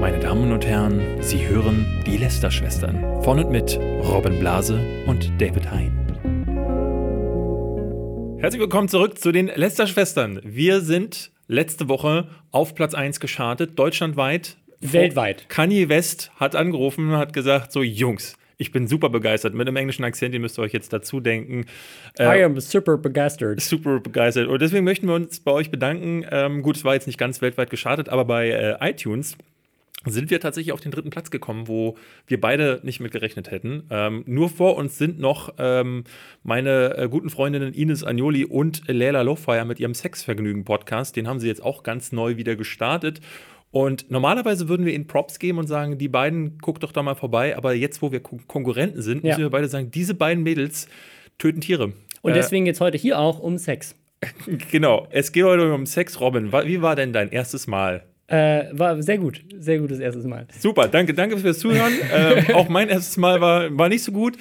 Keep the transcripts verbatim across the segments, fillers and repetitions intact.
Meine Damen und Herren, Sie hören die Lästerschwestern von und mit Robin Blase und David Hein. Herzlich willkommen zurück zu den Lästerschwestern. Wir sind letzte Woche auf Platz eins geschartet, deutschlandweit. Weltweit. Kanye West hat angerufen und hat gesagt, so Jungs, ich bin super begeistert. Mit einem englischen Akzent, ihr müsst euch jetzt dazu denken. Äh, I am super begeistert. Super begeistert. Und deswegen möchten wir uns bei euch bedanken. Ähm, gut, es war jetzt nicht ganz weltweit gestartet, aber bei äh, iTunes sind wir tatsächlich auf den dritten Platz gekommen, wo wir beide nicht mit gerechnet hätten. Ähm, nur vor uns sind noch ähm, meine äh, guten Freundinnen Ines Agnoli und Leila Lowfire mit ihrem Sexvergnügen-Podcast. Den haben sie jetzt auch ganz neu wieder gestartet. Und normalerweise würden wir ihnen Props geben und sagen, die beiden, guckt doch da mal vorbei. Aber jetzt, wo wir Kon- Konkurrenten sind, Ja. müssen wir beide sagen, diese beiden Mädels töten Tiere. Und Äh, deswegen geht es heute hier auch um Sex. Genau, es geht heute um Sex. Robin, wa- wie war denn dein erstes Mal? Äh, war sehr gut. Sehr gutes erstes Mal. Super, danke, danke fürs Zuhören. ähm, auch mein erstes Mal war, war nicht so gut.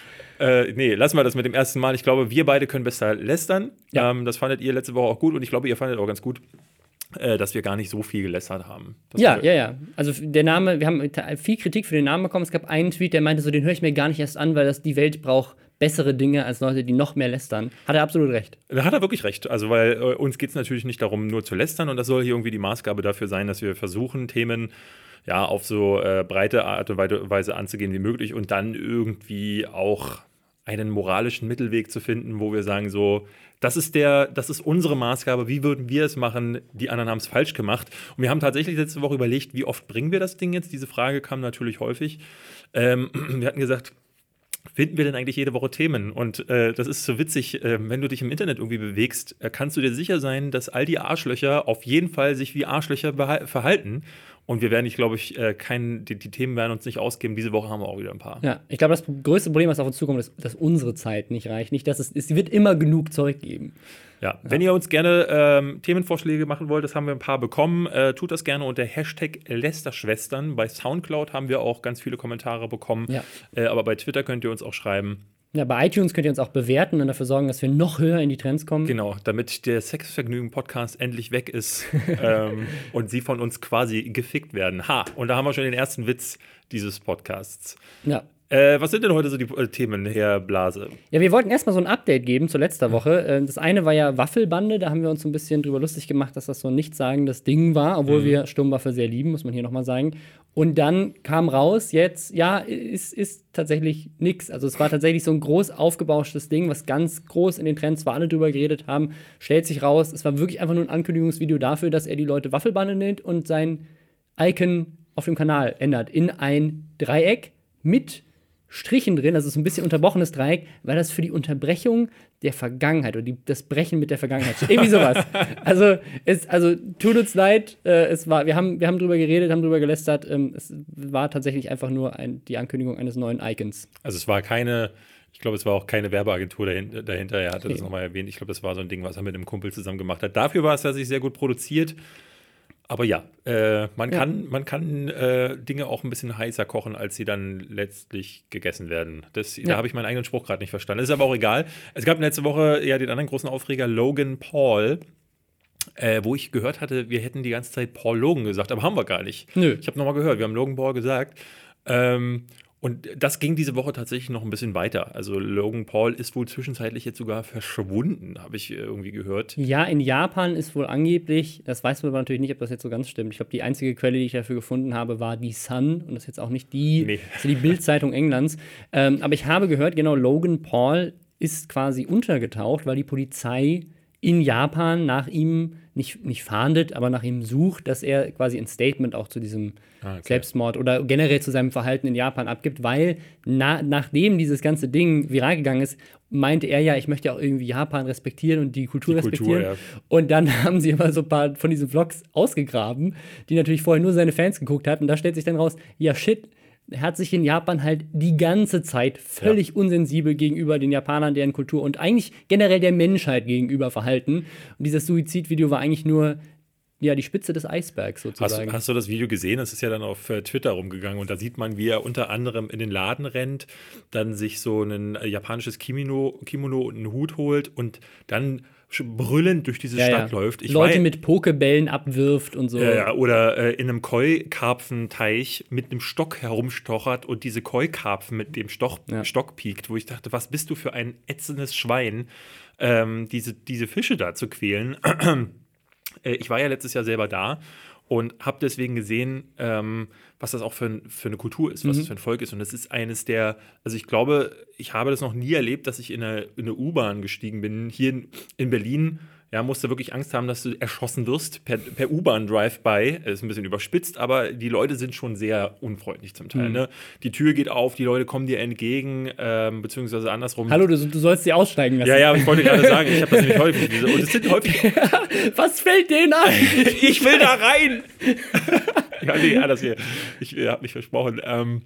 Äh, nee, lassen wir das mit dem ersten Mal. Ich glaube, wir beide können besser lästern. Ja. Ähm, das fandet ihr letzte Woche auch gut und ich glaube, ihr fandet auch ganz gut, äh, dass wir gar nicht so viel gelästert haben. Das Ja, war- ja, ja. Also der Name, wir haben viel Kritik für den Namen bekommen. Es gab einen Tweet, der meinte so, den höre ich mir gar nicht erst an, weil das die Welt braucht bessere Dinge als Leute, die noch mehr lästern. Hat er absolut recht. Da hat er wirklich recht. Also, weil äh, uns geht es natürlich nicht darum, nur zu lästern und das soll hier irgendwie die Maßgabe dafür sein, dass wir versuchen, Themen ja auf so äh, breite Art und Weise anzugehen wie möglich und dann irgendwie auch einen moralischen Mittelweg zu finden, wo wir sagen so, das ist der, das ist unsere Maßgabe, wie würden wir es machen, die anderen haben es falsch gemacht. Und wir haben tatsächlich letzte Woche überlegt, wie oft bringen wir das Ding jetzt? Diese Frage kam natürlich häufig. Ähm, wir hatten gesagt, finden wir denn eigentlich jede Woche Themen? Und äh, das ist so witzig, äh, wenn du dich im Internet irgendwie bewegst, äh, kannst du dir sicher sein, dass all die Arschlöcher auf jeden Fall sich wie Arschlöcher beha- verhalten. Und wir werden, ich glaube, ich, äh, kein, die, die Themen werden uns nicht ausgeben. Diese Woche haben wir auch wieder ein paar. Ja, ich glaube, das größte Problem, was auf uns zukommt, ist, dass unsere Zeit nicht reicht. Nicht, dass es, es wird immer genug Zeug geben. Ja, wenn ihr uns gerne ähm, Themenvorschläge machen wollt, das haben wir ein paar bekommen, äh, tut das gerne unter Hashtag Lästerschwestern. Bei Soundcloud haben wir auch ganz viele Kommentare bekommen, Ja. äh, aber bei Twitter könnt ihr uns auch schreiben. Ja, bei iTunes könnt ihr uns auch bewerten und dafür sorgen, dass wir noch höher in die Trends kommen. Genau, damit der Sexvergnügen-Podcast endlich weg ist ähm, und sie von uns quasi gefickt werden. Ha, und da haben wir schon den ersten Witz dieses Podcasts. Ja. Äh, was sind denn heute so die äh, Themen, Herr Blase? Ja, wir wollten erstmal so ein Update geben zu letzter Woche. Äh, Das eine war ja Waffelbande, da haben wir uns so ein bisschen drüber lustig gemacht, dass das so ein nichtssagendes Ding war, obwohl Mhm. wir Sturmwaffe sehr lieben, muss man hier nochmal sagen. Und dann kam raus, jetzt, ja, ist, ist tatsächlich nix. Also es war tatsächlich so ein groß aufgebauschtes Ding, was ganz groß in den Trends war, alle drüber geredet haben. Stellt sich raus, es war wirklich einfach nur ein Ankündigungsvideo dafür, dass er die Leute Waffelbande nennt und sein Icon auf dem Kanal ändert in ein Dreieck mit Strichen drin, also so ein bisschen unterbrochenes Dreieck, weil das für die Unterbrechung der Vergangenheit oder die, das Brechen mit der Vergangenheit steht. Irgendwie sowas. Also, es, also tut uns leid, äh, es war, wir, haben, wir haben drüber geredet, haben drüber gelästert. Ähm, es war tatsächlich einfach nur ein, die Ankündigung eines neuen Icons. Also es war keine, ich glaube, es war auch keine Werbeagentur dahin, dahinter. Er hatte Okay. das nochmal erwähnt. Ich glaube, das war so ein Ding, was er mit einem Kumpel zusammen gemacht hat. Dafür war es tatsächlich sehr gut produziert. Aber ja, äh, man Ja. kann, man kann äh, Dinge auch ein bisschen heißer kochen, als sie dann letztlich gegessen werden. Das, Da Ja. habe ich meinen eigenen Spruch gerade nicht verstanden. Ist aber auch egal. Es gab letzte Woche ja den anderen großen Aufreger, Logan Paul, äh, wo ich gehört hatte, wir hätten die ganze Zeit Paul Logan gesagt, aber haben wir gar nicht. Nö. Ich habe nochmal gehört, wir haben Logan Paul gesagt. Ähm, und das ging diese Woche tatsächlich noch ein bisschen weiter. Also Logan Paul ist wohl zwischenzeitlich jetzt sogar verschwunden, habe ich irgendwie gehört. Ja, in Japan ist wohl angeblich, das weiß man aber natürlich nicht, ob das jetzt so ganz stimmt. Ich glaube, die einzige Quelle, die ich dafür gefunden habe, war die Sun. Und das ist jetzt auch nicht die, Nee. das ist die Bild-Zeitung Englands. Ähm, aber ich habe gehört, genau, Logan Paul ist quasi untergetaucht, weil die Polizei in Japan nach ihm nicht, nicht fahndet, aber nach ihm sucht, dass er quasi ein Statement auch zu diesem Ah, okay. Selbstmord oder generell zu seinem Verhalten in Japan abgibt, weil na, nachdem dieses ganze Ding viral gegangen ist, meinte er ja, ich möchte ja auch irgendwie Japan respektieren und die Kultur Die Kultur, respektieren. ja. Und dann haben sie immer so ein paar von diesen Vlogs ausgegraben, die natürlich vorher nur seine Fans geguckt hatten. Und da stellt sich dann raus, ja shit, er hat sich in Japan halt die ganze Zeit völlig unsensibel gegenüber den Japanern, deren Kultur und eigentlich generell der Menschheit gegenüber verhalten. Und dieses Suizidvideo war eigentlich nur ja, die Spitze des Eisbergs Hast, sozusagen. hast du das Video gesehen? Das ist ja dann auf äh, Twitter rumgegangen und da sieht man, wie er unter anderem in den Laden rennt, dann sich so ein äh, japanisches Kimono, Kimono und einen Hut holt und dann brüllend durch diese ja, Stadt ja. läuft. Ich Leute weiß, mit Pokebällen abwirft und so. Ja, ja, oder äh, in einem Koi-Karpfenteich mit einem Stock herumstochert und diese Koi-Karpfen mit dem Stoch, Ja. Stock piekt, wo ich dachte, was bist du für ein ätzendes Schwein, ähm, diese, diese Fische da zu quälen. äh, ich war ja letztes Jahr selber da und habe deswegen gesehen, ähm, was das auch für, ein, für eine Kultur ist, was Mhm. das für ein Volk ist. Und das ist eines der, also ich glaube, ich habe das noch nie erlebt, dass ich in eine, in eine U-Bahn gestiegen bin. Hier in, in Berlin, ja, musst du wirklich Angst haben, dass du erschossen wirst per, per U-Bahn-Drive-by. Ist ein bisschen überspitzt, aber die Leute sind schon sehr unfreundlich zum Teil. Mhm. Ne? Die Tür geht auf, die Leute kommen dir entgegen, ähm, beziehungsweise andersrum. Hallo, du, du sollst sie aussteigen lassen. Ja, ja, ich wollte gerade sagen, ich habe das nämlich häufig. Diese, und es sind häufig. Was fällt denen ein? Ich will da rein! Ja, nee, alles hier. Ich äh, habe mich versprochen. Ähm,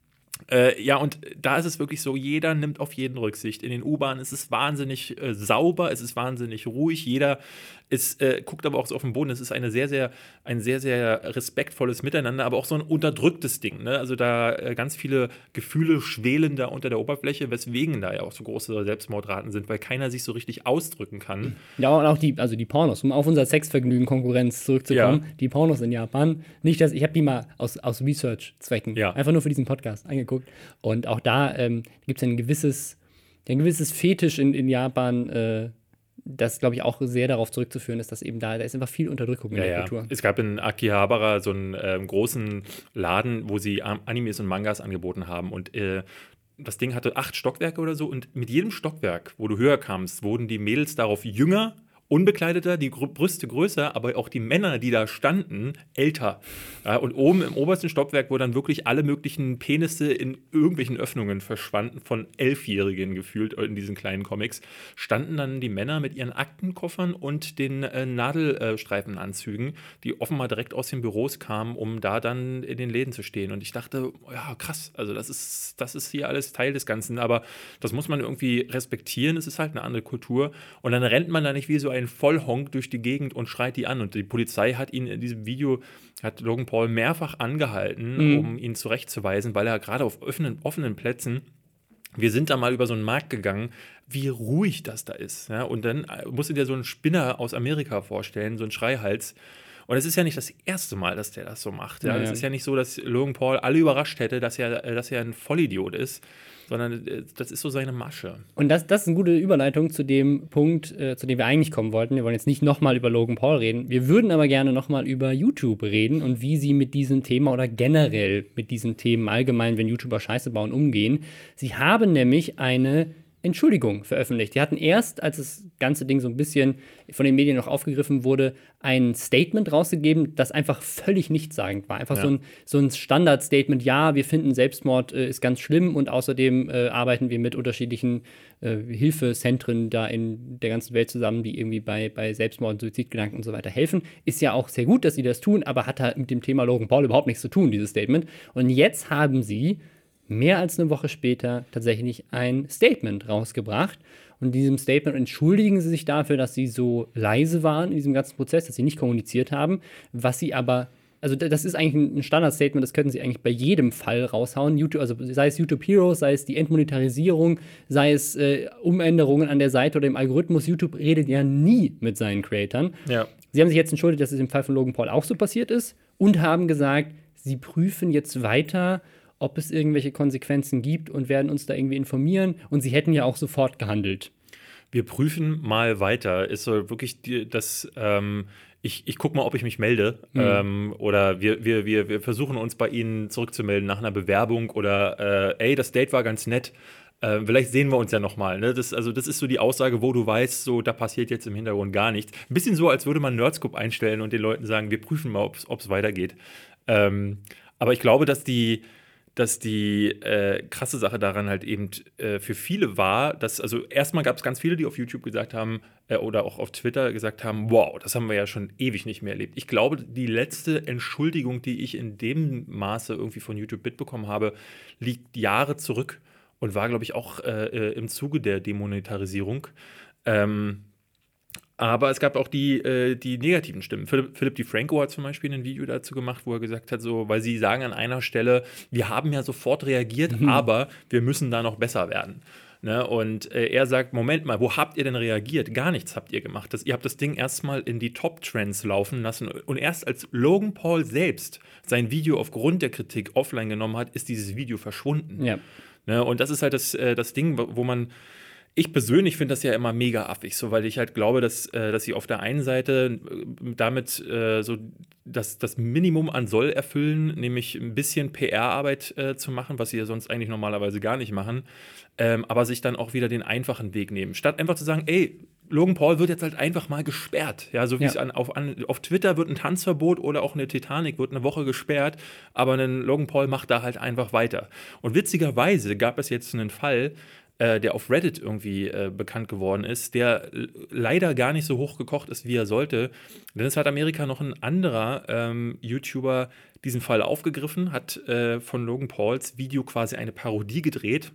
äh, ja, und da ist es wirklich so, jeder nimmt auf jeden Rücksicht. In den U-Bahnen ist es wahnsinnig äh, sauber, es ist wahnsinnig ruhig. Jeder ist, äh, guckt aber auch so auf den Boden. Es ist eine sehr, sehr, ein sehr, sehr respektvolles Miteinander, aber auch so ein unterdrücktes Ding. Ne? Also da äh, ganz viele Gefühle schwelen da unter der Oberfläche, weswegen da ja auch so große Selbstmordraten sind, weil keiner sich so richtig ausdrücken kann. Ja, und auch die, also die Pornos, um auf unser Sexvergnügen-Konkurrenz zurückzukommen, Ja. die Pornos in Japan, nicht, dass ich habe die mal aus, aus Research-Zwecken, Ja. einfach nur für diesen Podcast angeguckt. Und auch da ähm, gibt es ein gewisses, ein gewisses Fetisch in, in Japan, äh, das, glaube ich, auch sehr darauf zurückzuführen ist, dass eben da, da ist einfach viel Unterdrückung in Ja, der ja. Kultur. Es gab in Akihabara so einen ähm, großen Laden, wo sie Am- Animes und Mangas angeboten haben. Und äh, das Ding hatte acht Stockwerke oder so. Und mit jedem Stockwerk, wo du höher kamst, wurden die Mädels darauf jünger, unbekleideter, die Gr- Brüste größer, aber auch die Männer, die da standen, älter. Ja, und oben im obersten Stockwerk, wo dann wirklich alle möglichen Penisse in irgendwelchen Öffnungen verschwanden, von Elfjährigen gefühlt in diesen kleinen Comics, standen dann die Männer mit ihren Aktenkoffern und den äh, Nadelstreifenanzügen, die offenbar direkt aus den Büros kamen, um da dann in den Läden zu stehen. Und ich dachte, ja, krass, also das ist, das ist hier alles Teil des Ganzen, aber das muss man irgendwie respektieren, es ist halt eine andere Kultur. Und dann rennt man da nicht wie so ein Vollhonk durch die Gegend und schreit die an. Und die Polizei hat ihn in diesem Video, hat Logan Paul mehrfach angehalten, Mhm. um ihn zurechtzuweisen, weil er gerade auf offenen, offenen Plätzen, wir sind da mal über so einen Markt gegangen, wie ruhig das da ist. Ja? Und dann musst du dir so einen Spinner aus Amerika vorstellen, so einen Schreihals. Und es ist ja nicht das erste Mal, dass der das so macht. Ja? Ja, Es ja. ist ja nicht so, dass Logan Paul alle überrascht hätte, dass er, äh, dass er ein Vollidiot ist, sondern äh, das ist so seine Masche. Und das, das ist eine gute Überleitung zu dem Punkt, äh, zu dem wir eigentlich kommen wollten. Wir wollen jetzt nicht nochmal über Logan Paul reden. Wir würden aber gerne nochmal über YouTube reden und wie sie mit diesem Thema oder generell mit diesen Themen allgemein, wenn YouTuber Scheiße bauen, umgehen. Sie haben nämlich eine Entschuldigung veröffentlicht. Die hatten erst, als das ganze Ding so ein bisschen von den Medien noch aufgegriffen wurde, ein Statement rausgegeben, das einfach völlig nichtssagend war. Einfach Ja. so ein, so ein Standard-Statement, ja, wir finden Selbstmord äh, ist ganz schlimm und außerdem äh, arbeiten wir mit unterschiedlichen äh, Hilfezentren da in der ganzen Welt zusammen, die irgendwie bei, bei Selbstmord und Suizidgedanken und so weiter helfen. Ist ja auch sehr gut, dass sie das tun, aber hat halt mit dem Thema Logan Paul überhaupt nichts zu tun, dieses Statement. Und jetzt haben sie mehr als eine Woche später tatsächlich ein Statement rausgebracht. Und in diesem Statement entschuldigen sie sich dafür, dass sie so leise waren in diesem ganzen Prozess, dass sie nicht kommuniziert haben, was sie aber, also das ist eigentlich ein Standardstatement, das könnten sie eigentlich bei jedem Fall raushauen. YouTube, also sei es YouTube Heroes, sei es die Entmonetarisierung, sei es äh, Umänderungen an der Seite oder im Algorithmus. YouTube redet ja nie mit seinen Creatoren. Ja. Sie haben sich jetzt entschuldigt, dass es im Fall von Logan Paul auch so passiert ist und haben gesagt, sie prüfen jetzt weiter, ob es irgendwelche Konsequenzen gibt und werden uns da irgendwie informieren. Und sie hätten ja auch sofort gehandelt. Wir prüfen mal weiter. Ist so wirklich die, das, ähm, ich, ich gucke mal, ob ich mich melde. Mhm. Ähm, oder wir, wir, wir, wir versuchen uns bei Ihnen zurückzumelden nach einer Bewerbung oder äh, ey, das Date war ganz nett. Äh, vielleicht sehen wir uns ja nochmal. Ne? Das, also das ist so die Aussage, wo du weißt, so da passiert jetzt im Hintergrund gar nichts. Ein bisschen so, als würde man Nerdscope einstellen und den Leuten sagen, wir prüfen mal, ob es weitergeht. Ähm, aber ich glaube, dass die dass die äh, krasse Sache daran halt eben äh, für viele war, dass, also erstmal gab es ganz viele, die auf YouTube gesagt haben äh, oder auch auf Twitter gesagt haben, wow, das haben wir ja schon ewig nicht mehr erlebt. Ich glaube, die letzte Entschuldigung, die ich in dem Maße irgendwie von YouTube mitbekommen habe, liegt Jahre zurück und war, glaube ich, auch äh, im Zuge der Demonetarisierung. Ähm, Aber es gab auch die, äh, die negativen Stimmen. Philipp, Philipp DeFranco hat zum Beispiel ein Video dazu gemacht, wo er gesagt hat, so, weil sie sagen an einer Stelle, wir haben ja sofort reagiert, mhm. aber wir müssen da noch besser werden. Ne? Und äh, er sagt, Moment mal, wo habt ihr denn reagiert? Gar nichts habt ihr gemacht. Das, ihr habt das Ding erstmal in die Top-Trends laufen lassen. Und erst als Logan Paul selbst sein Video aufgrund der Kritik offline genommen hat, ist dieses Video verschwunden. Ja. Ne? Und das ist halt das, äh, das Ding, wo man Ich persönlich finde das ja immer mega affig, so, weil ich halt glaube, dass, äh, dass sie auf der einen Seite äh, damit äh, so das, das Minimum an Soll erfüllen, nämlich ein bisschen P R-Arbeit äh, zu machen, was sie ja sonst eigentlich normalerweise gar nicht machen, ähm, aber sich dann auch wieder den einfachen Weg nehmen. Statt einfach zu sagen, ey, Logan Paul wird jetzt halt einfach mal gesperrt. Ja, so wie ja. es an, auf, an, auf Twitter wird ein Tanzverbot oder auch eine Titanic wird eine Woche gesperrt, aber ein Logan Paul macht da halt einfach weiter. Und witzigerweise gab es jetzt einen Fall, Äh, der auf Reddit irgendwie äh, bekannt geworden ist, der l- leider gar nicht so hoch gekocht ist, wie er sollte. Denn es hat Amerika noch ein anderer ähm, YouTuber diesen Fall aufgegriffen, hat äh, von Logan Pauls Video quasi eine Parodie gedreht,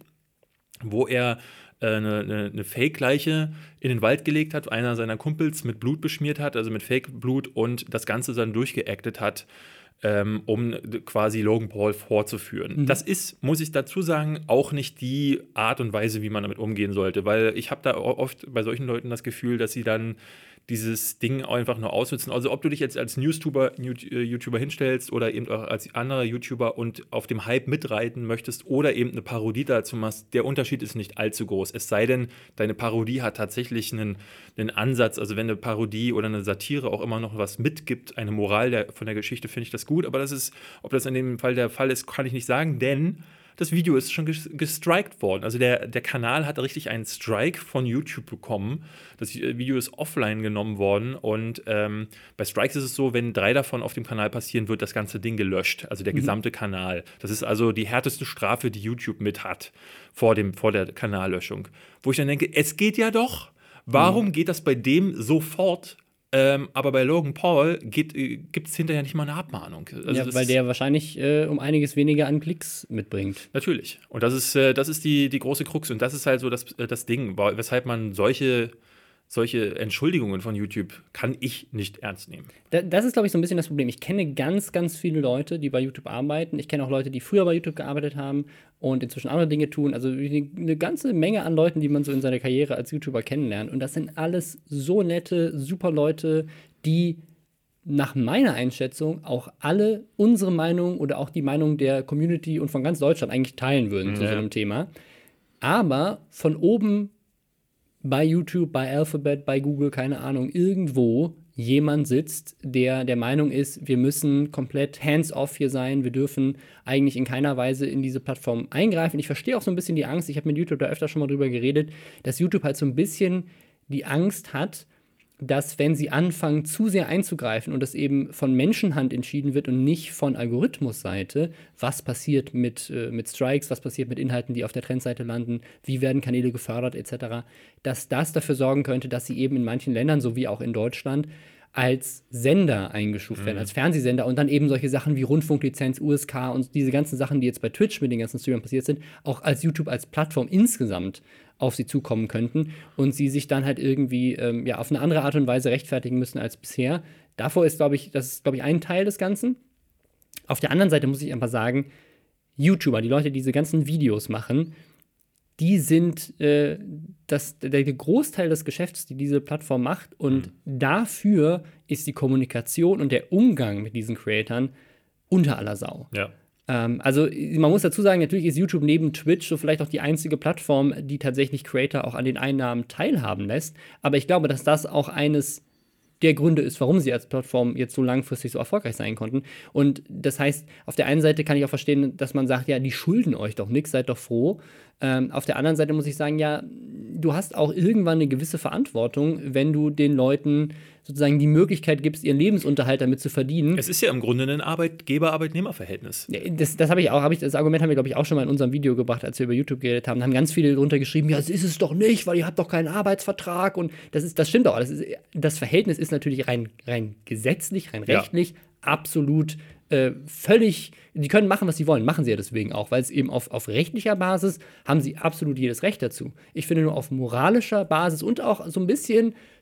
wo er äh, eine, eine, eine Fake-Leiche in den Wald gelegt hat, einer seiner Kumpels mit Blut beschmiert hat, also mit Fake-Blut, und das Ganze dann durchgeactet hat, Ähm, um quasi Logan Paul vorzuführen. Mhm. Das ist, muss ich dazu sagen, auch nicht die Art und Weise, wie man damit umgehen sollte, weil ich habe da oft bei solchen Leuten das Gefühl, dass sie dann dieses Ding einfach nur ausnutzen. Also ob du dich jetzt als Newstuber, YouTuber hinstellst oder eben auch als anderer YouTuber und auf dem Hype mitreiten möchtest oder eben eine Parodie dazu machst, der Unterschied ist nicht allzu groß. Es sei denn, deine Parodie hat tatsächlich einen, einen Ansatz. Also wenn eine Parodie oder eine Satire auch immer noch was mitgibt, eine Moral der, von der Geschichte, finde ich das gut. Aber das ist, ob das in dem Fall der Fall ist, kann ich nicht sagen, denn das Video ist schon gestrikt worden. Also der, der Kanal hat richtig einen Strike von YouTube bekommen. Das Video ist offline genommen worden. Und ähm, bei Strikes ist es so, wenn drei davon auf dem Kanal passieren, wird das ganze Ding gelöscht. Also der mhm. gesamte Kanal. Das ist also die härteste Strafe, die YouTube mit hat vor, dem, vor der Kanallöschung. Wo ich dann denke, es geht ja doch. Warum mhm. geht das bei dem sofort? Ähm, aber bei Logan Paul äh, gibt es hinterher nicht mal eine Abmahnung. Also ja, weil der wahrscheinlich äh, um einiges weniger an Klicks mitbringt. Natürlich. Und das ist, äh, das ist die, die große Krux. Und das ist halt so das, äh, das Ding, weshalb man solche, solche Entschuldigungen von YouTube kann ich nicht ernst nehmen. Da, das ist, glaube ich, so ein bisschen das Problem. Ich kenne ganz, ganz viele Leute, die bei YouTube arbeiten. Ich kenne auch Leute, die früher bei YouTube gearbeitet haben und inzwischen andere Dinge tun. Also eine ganze Menge an Leuten, die man so in seiner Karriere als YouTuber kennenlernt. Und das sind alles so nette, super Leute, die nach meiner Einschätzung auch alle unsere Meinung oder auch die Meinung der Community und von ganz Deutschland eigentlich teilen würden ja. zu so einem Thema. Aber von oben bei YouTube, bei Alphabet, bei Google, keine Ahnung, irgendwo jemand sitzt, der der Meinung ist, wir müssen komplett hands-off hier sein, wir dürfen eigentlich in keiner Weise in diese Plattform eingreifen. Ich verstehe auch so ein bisschen die Angst, ich habe mit YouTube da öfter schon mal drüber geredet, dass YouTube halt so ein bisschen die Angst hat, dass wenn sie anfangen, zu sehr einzugreifen und das eben von Menschenhand entschieden wird und nicht von Algorithmusseite, was passiert mit, äh, mit Strikes, was passiert mit Inhalten, die auf der Trendseite landen, wie werden Kanäle gefördert et cetera, dass das dafür sorgen könnte, dass sie eben in manchen Ländern, so wie auch in Deutschland, als Sender eingestuft werden, mhm. als Fernsehsender und dann eben solche Sachen wie Rundfunklizenz, U S K und diese ganzen Sachen, die jetzt bei Twitch mit den ganzen Streamern passiert sind, auch als YouTube als Plattform insgesamt auf sie zukommen könnten und sie sich dann halt irgendwie ähm, ja, auf eine andere Art und Weise rechtfertigen müssen als bisher. Davor ist, glaube ich, das ist, glaube ich, ein Teil des Ganzen. Auf der anderen Seite muss ich einfach sagen, YouTuber, die Leute, die diese ganzen Videos machen, die sind äh, das, der Großteil des Geschäfts, die diese Plattform macht. Und mhm. dafür ist die Kommunikation und der Umgang mit diesen Creatoren unter aller Sau. Ja. Ähm, also man muss dazu sagen, natürlich ist YouTube neben Twitch so vielleicht auch die einzige Plattform, die tatsächlich Creator auch an den Einnahmen teilhaben lässt. Aber ich glaube, dass das auch eines der Gründe ist, warum sie als Plattform jetzt so langfristig so erfolgreich sein konnten. Und das heißt, auf der einen Seite kann ich auch verstehen, dass man sagt, ja, die schulden euch doch nichts, seid doch froh. Ähm, auf der anderen Seite muss ich sagen, ja, du hast auch irgendwann eine gewisse Verantwortung, wenn du den Leuten sozusagen die Möglichkeit gibst, ihren Lebensunterhalt damit zu verdienen. Es ist ja im Grunde ein Arbeitgeber-Arbeitnehmer-Verhältnis. Das, das habe ich auch, hab ich, das Argument haben wir, glaube ich, auch schon mal in unserem Video gebracht, als wir über YouTube geredet haben. Da haben ganz viele drunter geschrieben, ja, das ist es doch nicht, weil ihr habt doch keinen Arbeitsvertrag. Und das, ist, das stimmt auch. Das, ist, das Verhältnis ist natürlich rein, rein gesetzlich, rein rechtlich, ja. absolut äh, völlig, die können machen, was sie wollen, machen sie ja deswegen auch, weil es eben auf, auf rechtlicher Basis haben sie absolut jedes Recht dazu. Ich finde nur auf moralischer Basis und auch so ein bisschen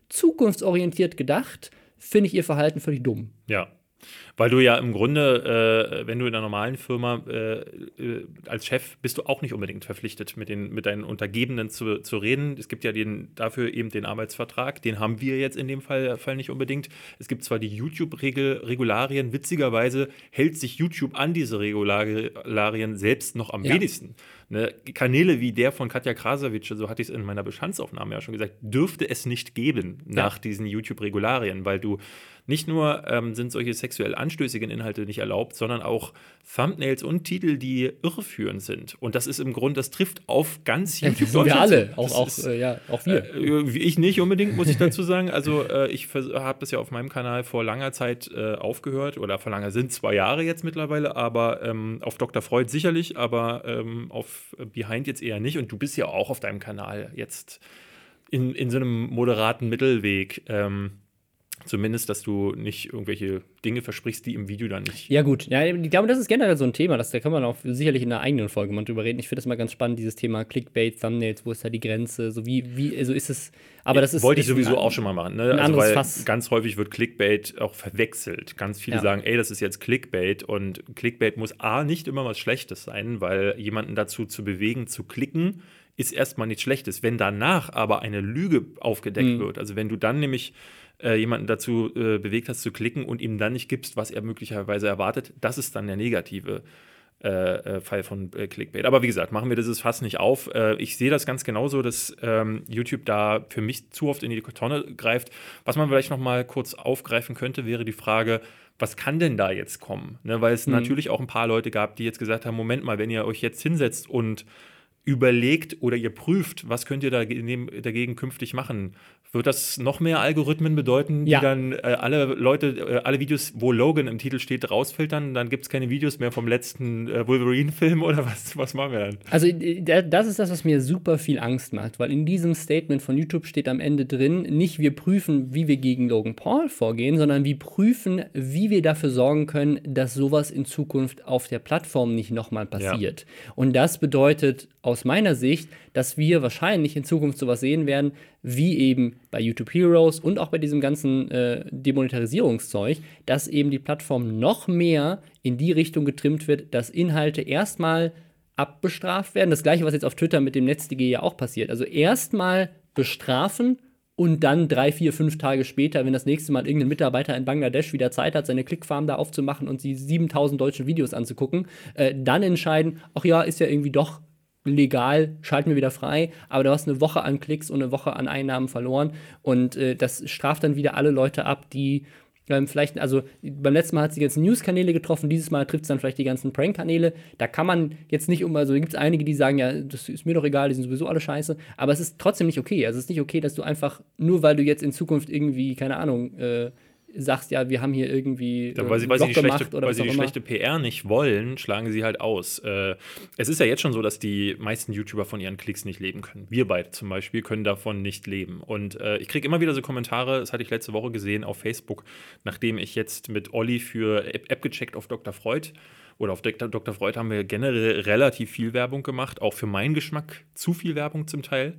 zukunftsorientiert gedacht, finde ich ihr Verhalten völlig dumm. Ja. Weil du ja im Grunde, äh, wenn du in einer normalen Firma äh, äh, als Chef bist du auch nicht unbedingt verpflichtet, mit, den, mit deinen Untergebenen zu, zu reden. Es gibt ja den, dafür eben den Arbeitsvertrag, den haben wir jetzt in dem Fall, Fall nicht unbedingt. Es gibt zwar die YouTube-Regularien, witzigerweise hält sich YouTube an diese Regularien selbst noch am Ja. wenigsten. Ne? Kanäle wie der von Katja Krasavice, so hatte ich es in meiner Bestandsaufnahme ja schon gesagt, dürfte es nicht geben nach Ja. diesen YouTube-Regularien, weil du nicht nur ähm, sind solche sexuell anstößigen Inhalte nicht erlaubt, sondern auch Thumbnails und Titel, die irreführend sind. Und das ist im Grunde, das trifft auf ganz Ja, YouTube das sind wir alle, auch, Das auch, ist, äh, ja, auch wir. Äh, ich nicht unbedingt, muss ich dazu sagen. Also äh, ich habe das ja auf meinem Kanal vor langer Zeit äh, aufgehört, oder vor langer sind zwei Jahre jetzt mittlerweile, aber ähm, auf Doktor Freud sicherlich, aber ähm, auf Behind jetzt eher nicht. Und du bist ja auch auf deinem Kanal jetzt in, in so einem moderaten Mittelweg. Ähm, Zumindest, dass du nicht irgendwelche Dinge versprichst, die im Video dann nicht. Ja, gut. Ja, ich glaube, das ist generell so ein Thema. Das, da kann man auch sicherlich in einer eigenen Folge mal drüber reden. Ich finde das mal ganz spannend, dieses Thema Clickbait, Thumbnails, wo ist da die Grenze? So wie, wie, also ist es. Aber das ist. Wollte ich ist sowieso ein, auch schon mal machen. Ne? ein Also, anderes weil Fass. Ganz häufig wird Clickbait auch verwechselt. Ganz viele Ja. sagen, ey, das ist jetzt Clickbait. Und Clickbait muss A, nicht immer was Schlechtes sein, weil jemanden dazu zu bewegen, zu klicken, ist erstmal nichts Schlechtes. Wenn danach aber eine Lüge aufgedeckt Mhm. wird, also wenn du dann nämlich äh, jemanden dazu äh, bewegt hast zu klicken und ihm dann nicht gibst, was er möglicherweise erwartet, das ist dann der negative äh, äh, Fall von äh, Clickbait. Aber wie gesagt, machen wir dieses Fass nicht auf. Äh, ich sehe das ganz genauso, dass ähm, YouTube da für mich zu oft in die Tonne greift. Was man vielleicht noch mal kurz aufgreifen könnte, wäre die Frage, was kann denn da jetzt kommen? Ne, weil es Mhm. natürlich auch ein paar Leute gab, die jetzt gesagt haben, Moment mal, wenn ihr euch jetzt hinsetzt und überlegt oder ihr prüft, was könnt ihr dagegen, dagegen künftig machen, wird das noch mehr Algorithmen bedeuten, die Ja. dann äh, alle Leute, äh, alle Videos, wo Logan im Titel steht, rausfiltern? Dann gibt es keine Videos mehr vom letzten äh, Wolverine-Film oder was, was machen wir dann? Also, äh, da- das ist das, was mir super viel Angst macht, weil in diesem Statement von YouTube steht am Ende drin, nicht wir prüfen, wie wir gegen Logan Paul vorgehen, sondern wir prüfen, wie wir dafür sorgen können, dass sowas in Zukunft auf der Plattform nicht nochmal passiert. Und das bedeutet aus meiner Sicht, dass wir wahrscheinlich in Zukunft sowas sehen werden, wie eben bei YouTube Heroes und auch bei diesem ganzen äh, Demonetarisierungszeug, dass eben die Plattform noch mehr in die Richtung getrimmt wird, dass Inhalte erstmal abbestraft werden. Das gleiche, was jetzt auf Twitter mit dem NetzDG ja auch passiert. Also erstmal bestrafen und dann drei, vier, fünf Tage später, wenn das nächste Mal irgendein Mitarbeiter in Bangladesch wieder Zeit hat, seine Clickfarm da aufzumachen und sie siebentausend deutschen Videos anzugucken, äh, dann entscheiden, ach ja, ist ja irgendwie doch legal, schalten wir wieder frei, aber du hast eine Woche an Klicks und eine Woche an Einnahmen verloren und äh, das straft dann wieder alle Leute ab, die ähm, vielleicht, also beim letzten Mal hat es die ganzen News-Kanäle getroffen, dieses Mal trifft es dann vielleicht die ganzen Prank-Kanäle, da kann man jetzt nicht um, also gibt es einige, die sagen, ja, das ist mir doch egal, die sind sowieso alle scheiße, aber es ist trotzdem nicht okay, also es ist nicht okay, dass du einfach, nur weil du jetzt in Zukunft irgendwie, keine Ahnung, äh, sagst, ja, wir haben hier irgendwie Ja, weil sie, äh, weil sie Blog die, gemacht schlechte, oder weil was sie auch die immer. schlechte P R nicht wollen, schlagen sie halt aus. Äh, es ist ja jetzt schon so, dass die meisten YouTuber von ihren Klicks nicht leben können. Wir beide zum Beispiel können davon nicht leben. Und äh, ich kriege immer wieder so Kommentare, das hatte ich letzte Woche gesehen auf Facebook, nachdem ich jetzt mit Olli für App, App gecheckt auf Doktor Freud oder auf Doktor Freud haben wir generell relativ viel Werbung gemacht, auch für meinen Geschmack zu viel Werbung zum Teil.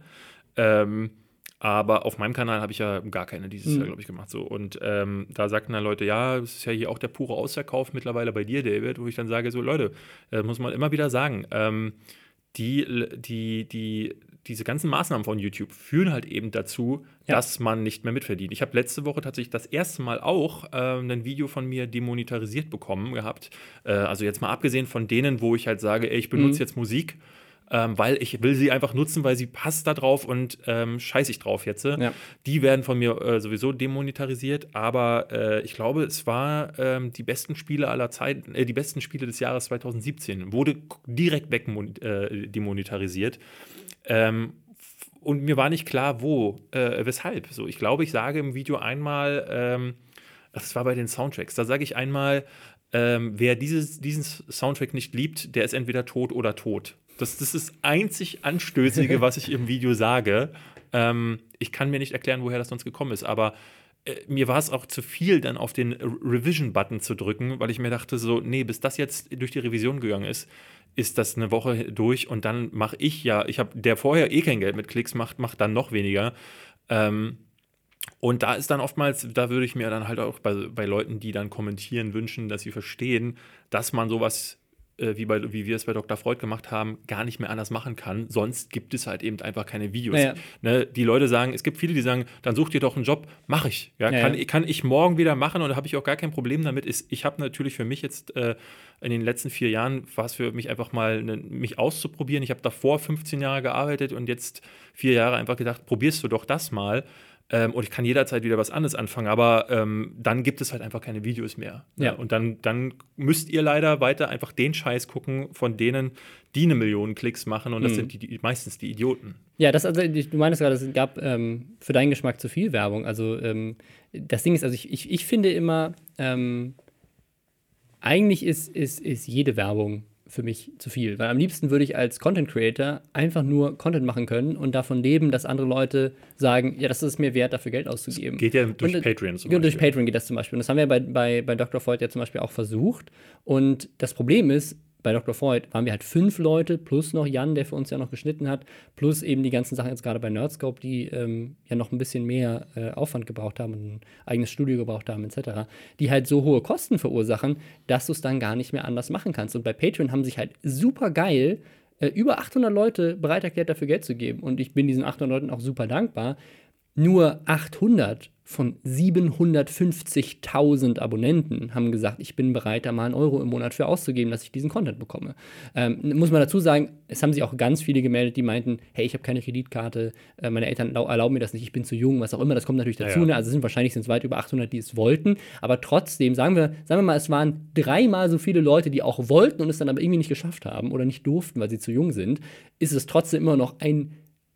Ähm, Aber auf meinem Kanal habe ich ja gar keine dieses Jahr, Mhm. glaube ich, gemacht. So. Und ähm, da sagten dann Leute, ja, es ist ja hier auch der pure Ausverkauf mittlerweile bei dir, David, wo ich dann sage, so Leute, äh, muss man immer wieder sagen, ähm, die, die, die, diese ganzen Maßnahmen von YouTube führen halt eben dazu, Ja. dass man nicht mehr mitverdient. Ich habe letzte Woche tatsächlich das erste Mal auch ähm, ein Video von mir demonetarisiert bekommen gehabt. Äh, also jetzt mal abgesehen von denen, wo ich halt sage, ey, ich benutze Mhm. jetzt Musik, Ähm, weil ich will sie einfach nutzen, weil sie passt da drauf und ähm, scheiß ich drauf jetzt. Ja. Die werden von mir äh, sowieso demonetarisiert, aber äh, ich glaube, es war ähm, die besten Spiele aller Zeiten, äh, die besten Spiele des Jahres zwanzig siebzehn, wurde k- direkt weg äh, demonetarisiert. Ähm, f- und mir war nicht klar, wo, äh, weshalb. So, ich glaube, ich sage im Video einmal, ähm, das war bei den Soundtracks, da sage ich einmal, ähm, wer dieses, diesen Soundtrack nicht liebt, der ist entweder tot oder tot. Das, das ist das einzig Anstößige, was ich im Video sage. Ähm, ich kann mir nicht erklären, woher das sonst gekommen ist, aber äh, mir war es auch zu viel, dann auf den Revision-Button zu drücken, weil ich mir dachte so, nee, bis das jetzt durch die Revision gegangen ist, ist das eine Woche durch und dann mache ich ja, ich habe, der vorher eh kein Geld mit Klicks macht, macht dann noch weniger. Ähm, Und da ist dann oftmals, da würde ich mir dann halt auch bei, bei Leuten, die dann kommentieren, wünschen, dass sie verstehen, dass man sowas, äh, wie, bei, wie wir es bei Doktor Freud gemacht haben, gar nicht mehr anders machen kann. Sonst gibt es halt eben einfach keine Videos. Naja. Ne? Die Leute sagen, es gibt viele, die sagen, dann such dir doch einen Job, mache ich. Ja? Naja. Kann, kann ich morgen wieder machen und da habe ich auch gar kein Problem damit. Ist, ich habe natürlich für mich jetzt äh, in den letzten vier Jahren, war es für mich einfach mal, ne, mich auszuprobieren. Ich habe davor fünfzehn Jahre gearbeitet und jetzt vier Jahre einfach gedacht, probierst du doch das mal. Ähm, und ich kann jederzeit wieder was anderes anfangen, aber ähm, dann gibt es halt einfach keine Videos mehr. Ja. Ja. Und dann, dann müsst ihr leider weiter einfach den Scheiß gucken von denen, die eine Million Klicks machen und das Mhm. sind die, die, meistens die Idioten. Ja, das also, du meinst gerade, es gab ähm, für deinen Geschmack zu viel Werbung. Also ähm, das Ding ist, also ich, ich, ich finde immer, ähm, eigentlich ist, ist, ist jede Werbung für mich zu viel. Weil am liebsten würde ich als Content Creator einfach nur Content machen können und davon leben, dass andere Leute sagen, ja, das ist es mir wert, dafür Geld auszugeben. Geht ja durch und, Patreon zum Beispiel. Durch Beispiel. Patreon geht das zum Beispiel. Und das haben wir bei, bei, bei Doktor Freud ja zum Beispiel auch versucht. Und das Problem ist, bei Doktor Freud waren wir halt fünf Leute, plus noch Jan, der für uns ja noch geschnitten hat, plus eben die ganzen Sachen jetzt gerade bei Nerdscope, die ähm, ja noch ein bisschen mehr äh, Aufwand gebraucht haben und ein eigenes Studio gebraucht haben, et cetera, die halt so hohe Kosten verursachen, dass du es dann gar nicht mehr anders machen kannst. Und bei Patreon haben sich halt super geil äh, über achthundert Leute bereit erklärt, dafür Geld zu geben. Und ich bin diesen achthundert Leuten auch super dankbar. Nur achthundert von siebenhundertfünfzigtausend Abonnenten haben gesagt, ich bin bereit, da mal einen Euro im Monat für auszugeben, dass ich diesen Content bekomme. Ähm, muss man dazu sagen, es haben sich auch ganz viele gemeldet, die meinten, hey, ich habe keine Kreditkarte, äh, meine Eltern erlauben mir das nicht, ich bin zu jung, was auch immer, das kommt natürlich dazu. Ja, ja. Ne? Also sind wahrscheinlich sind es weit über achthundert, die es wollten, aber trotzdem, sagen wir, sagen wir mal, es waren dreimal so viele Leute, die auch wollten und es dann aber irgendwie nicht geschafft haben oder nicht durften, weil sie zu jung sind, ist es trotzdem immer noch ein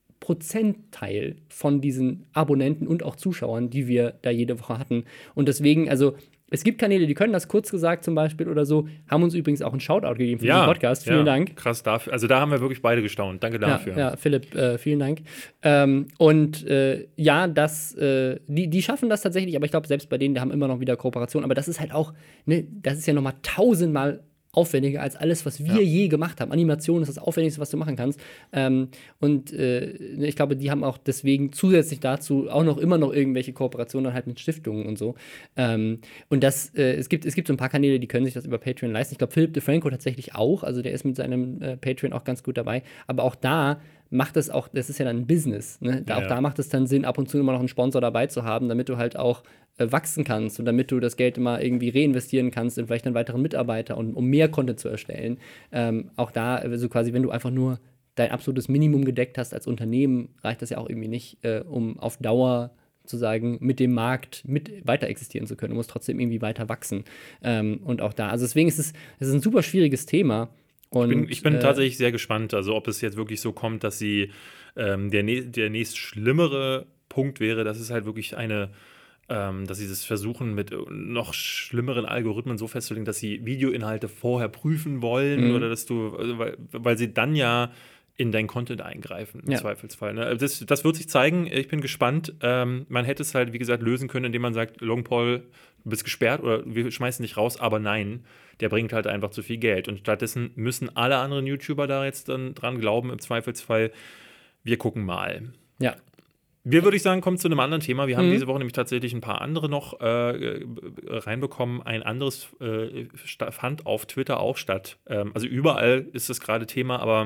Prozentteil von diesen Abonnenten und auch Zuschauern, die wir da jede Woche hatten. Und deswegen, also es gibt Kanäle, die können das, kurz gesagt zum Beispiel oder so, haben uns übrigens auch einen Shoutout gegeben für Ja, diesen Podcast. Vielen ja, Dank. Krass dafür. Also da haben wir wirklich beide gestaunt. Danke dafür. Ja, ja Philipp, äh, vielen Dank. Ähm, und äh, ja, das, äh, die, die schaffen das tatsächlich, aber ich glaube, selbst bei denen, die haben immer noch wieder Kooperation. Aber das ist halt auch, ne, das ist ja noch mal tausendmal aufwendiger als alles, was wir Ja. je gemacht haben. Animation ist das Aufwendigste, was du machen kannst. Ähm, und äh, ich glaube, die haben auch deswegen zusätzlich dazu auch noch immer noch irgendwelche Kooperationen halt mit Stiftungen und so. Ähm, und das, äh, es gibt, es gibt so ein paar Kanäle, die können sich das über Patreon leisten. Ich glaube, Philipp DeFranco tatsächlich auch. Also der ist mit seinem äh, Patreon auch ganz gut dabei. Aber auch da macht es auch, das ist ja dann ein Business. Ne? Da, Ja. Auch da macht es dann Sinn, ab und zu immer noch einen Sponsor dabei zu haben, damit du halt auch äh, wachsen kannst und damit du das Geld immer irgendwie reinvestieren kannst in vielleicht einen weiteren Mitarbeiter und um mehr Content zu erstellen. Ähm, auch da, also quasi, wenn du einfach nur dein absolutes Minimum gedeckt hast als Unternehmen, reicht das ja auch irgendwie nicht, äh, um auf Dauer zu sagen, mit dem Markt mit weiter existieren zu können. Du musst trotzdem irgendwie weiter wachsen. Ähm, und auch da, also deswegen ist es, es ist ein super schwieriges Thema. Und, Ich bin, ich bin äh, tatsächlich sehr gespannt, also ob es jetzt wirklich so kommt, dass sie ähm, der, nä- der nächst schlimmere Punkt wäre, dass es halt wirklich eine, ähm, dass sie das versuchen mit noch schlimmeren Algorithmen so festzulegen, dass sie Videoinhalte vorher prüfen wollen Mhm. oder dass du, also weil, weil sie dann ja in dein Content eingreifen, im Ja. Zweifelsfall. Ne? Das, das wird sich zeigen, ich bin gespannt. Ähm, man hätte es halt, wie gesagt, lösen können, indem man sagt, Logan Paul, du bist gesperrt oder wir schmeißen dich raus, aber nein, der bringt halt einfach zu viel Geld. Und stattdessen müssen alle anderen YouTuber da jetzt dann dran glauben, im Zweifelsfall, wir gucken mal. Ja. Wir, würde ich sagen, kommen zu einem anderen Thema. Wir haben Mhm. diese Woche nämlich tatsächlich ein paar andere noch äh, reinbekommen. Ein anderes äh, sta- fand auf Twitter auch statt. Ähm, also überall ist das gerade Thema, aber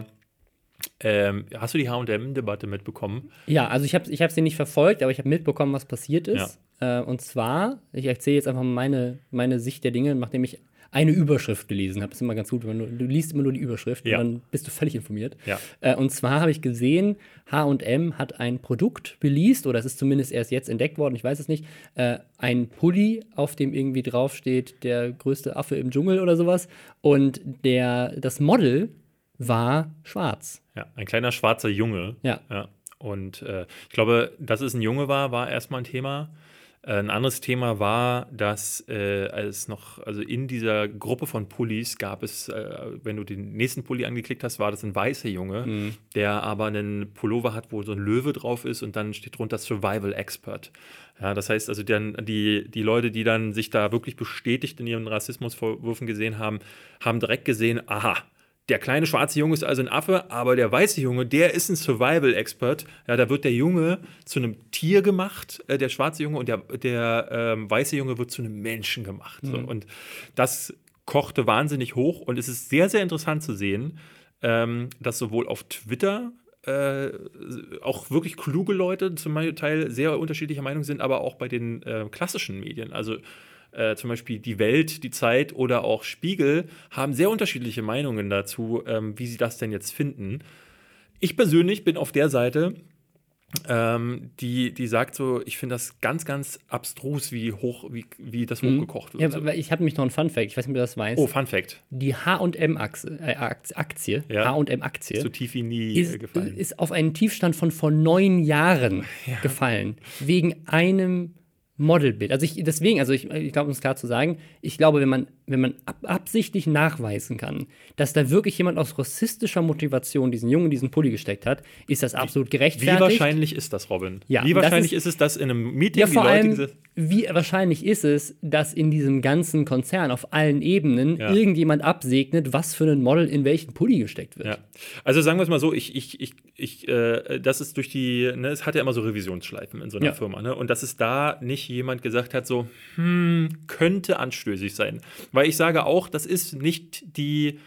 ähm, hast du die H und M-Debatte mitbekommen? Ja, also ich habe ich sie nicht verfolgt, aber ich habe mitbekommen, was passiert ist. Äh, und zwar, ich erzähle jetzt einfach mal meine, meine Sicht der Dinge, nachdem ich eine Überschrift gelesen habe. Das ist immer ganz gut, wenn du, du liest immer nur die Überschrift Ja. und dann bist du völlig informiert. Ja. Äh, und zwar habe ich gesehen, H und M hat ein Produkt released, oder es ist zumindest erst jetzt entdeckt worden, ich weiß es nicht, äh, ein Pulli, auf dem irgendwie draufsteht, der größte Affe im Dschungel oder sowas. Und der, das Model war schwarz. Ja, ein kleiner schwarzer Junge. Ja. Ja. Und äh, ich glaube, dass es ein Junge war, war erstmal ein Thema. Äh, ein anderes Thema war, dass äh, es noch, also in dieser Gruppe von Pullis gab es, äh, wenn du den nächsten Pulli angeklickt hast, war das ein weißer Junge, Mhm. der aber einen Pullover hat, wo so ein Löwe drauf ist und dann steht drunter Survival Expert. Ja, das heißt also, dann die, die Leute, die dann sich da wirklich bestätigt in ihren Rassismusvorwürfen gesehen haben, haben direkt gesehen, aha, der kleine schwarze Junge ist also ein Affe, aber der weiße Junge, der ist ein Survival-Expert. Ja, da wird der Junge zu einem Tier gemacht, äh, der schwarze Junge, und der, der ähm, weiße Junge wird zu einem Menschen gemacht. Mhm. So. Und das kochte wahnsinnig hoch. Und es ist sehr, sehr interessant zu sehen, ähm, dass sowohl auf Twitter äh, auch wirklich kluge Leute zum Teil sehr unterschiedlicher Meinung sind, aber auch bei den äh, klassischen Medien. Also Äh, zum Beispiel die Welt, die Zeit oder auch Spiegel haben sehr unterschiedliche Meinungen dazu, ähm, wie sie das denn jetzt finden. Ich persönlich bin auf der Seite, ähm, die, die sagt so, ich finde das ganz, ganz abstrus, wie hoch, wie, wie das mhm. hochgekocht wird. Ja, so. weil ich habe nämlich noch einen Fun-Fact, ich weiß nicht, ob du das weißt. Oh, Fun-Fact. Die H und M-Aktie, äh, Aktie, ja. H und M-Aktie, so tief wie nie ist, gefallen. Ist auf einen Tiefstand von vor neun Jahren ja. gefallen. Wegen einem Modelbild. Also ich, deswegen, also ich, ich glaube, um es klar zu sagen, ich glaube, wenn man, wenn man ab, absichtlich nachweisen kann, dass da wirklich jemand aus rassistischer Motivation diesen Jungen in diesen Pulli gesteckt hat, ist das absolut gerechtfertigt. Wie wahrscheinlich ist das, Robin? Ja, wie wahrscheinlich ist, ist es, dass in einem Meeting ja, vor die Leute allem, diese wie wahrscheinlich ist es, dass in diesem ganzen Konzern auf allen Ebenen ja. irgendjemand absegnet, was für ein Model in welchen Pulli gesteckt wird? Ja. Also sagen wir es mal so, ich, ich, ich, ich äh, das ist durch die, ne, es hat ja immer so Revisionsschleifen in so einer ja. Firma, ne? Und dass es da nicht jemand gesagt hat, so, hm, könnte anstößig sein. Weil ich sage auch, das ist nicht die,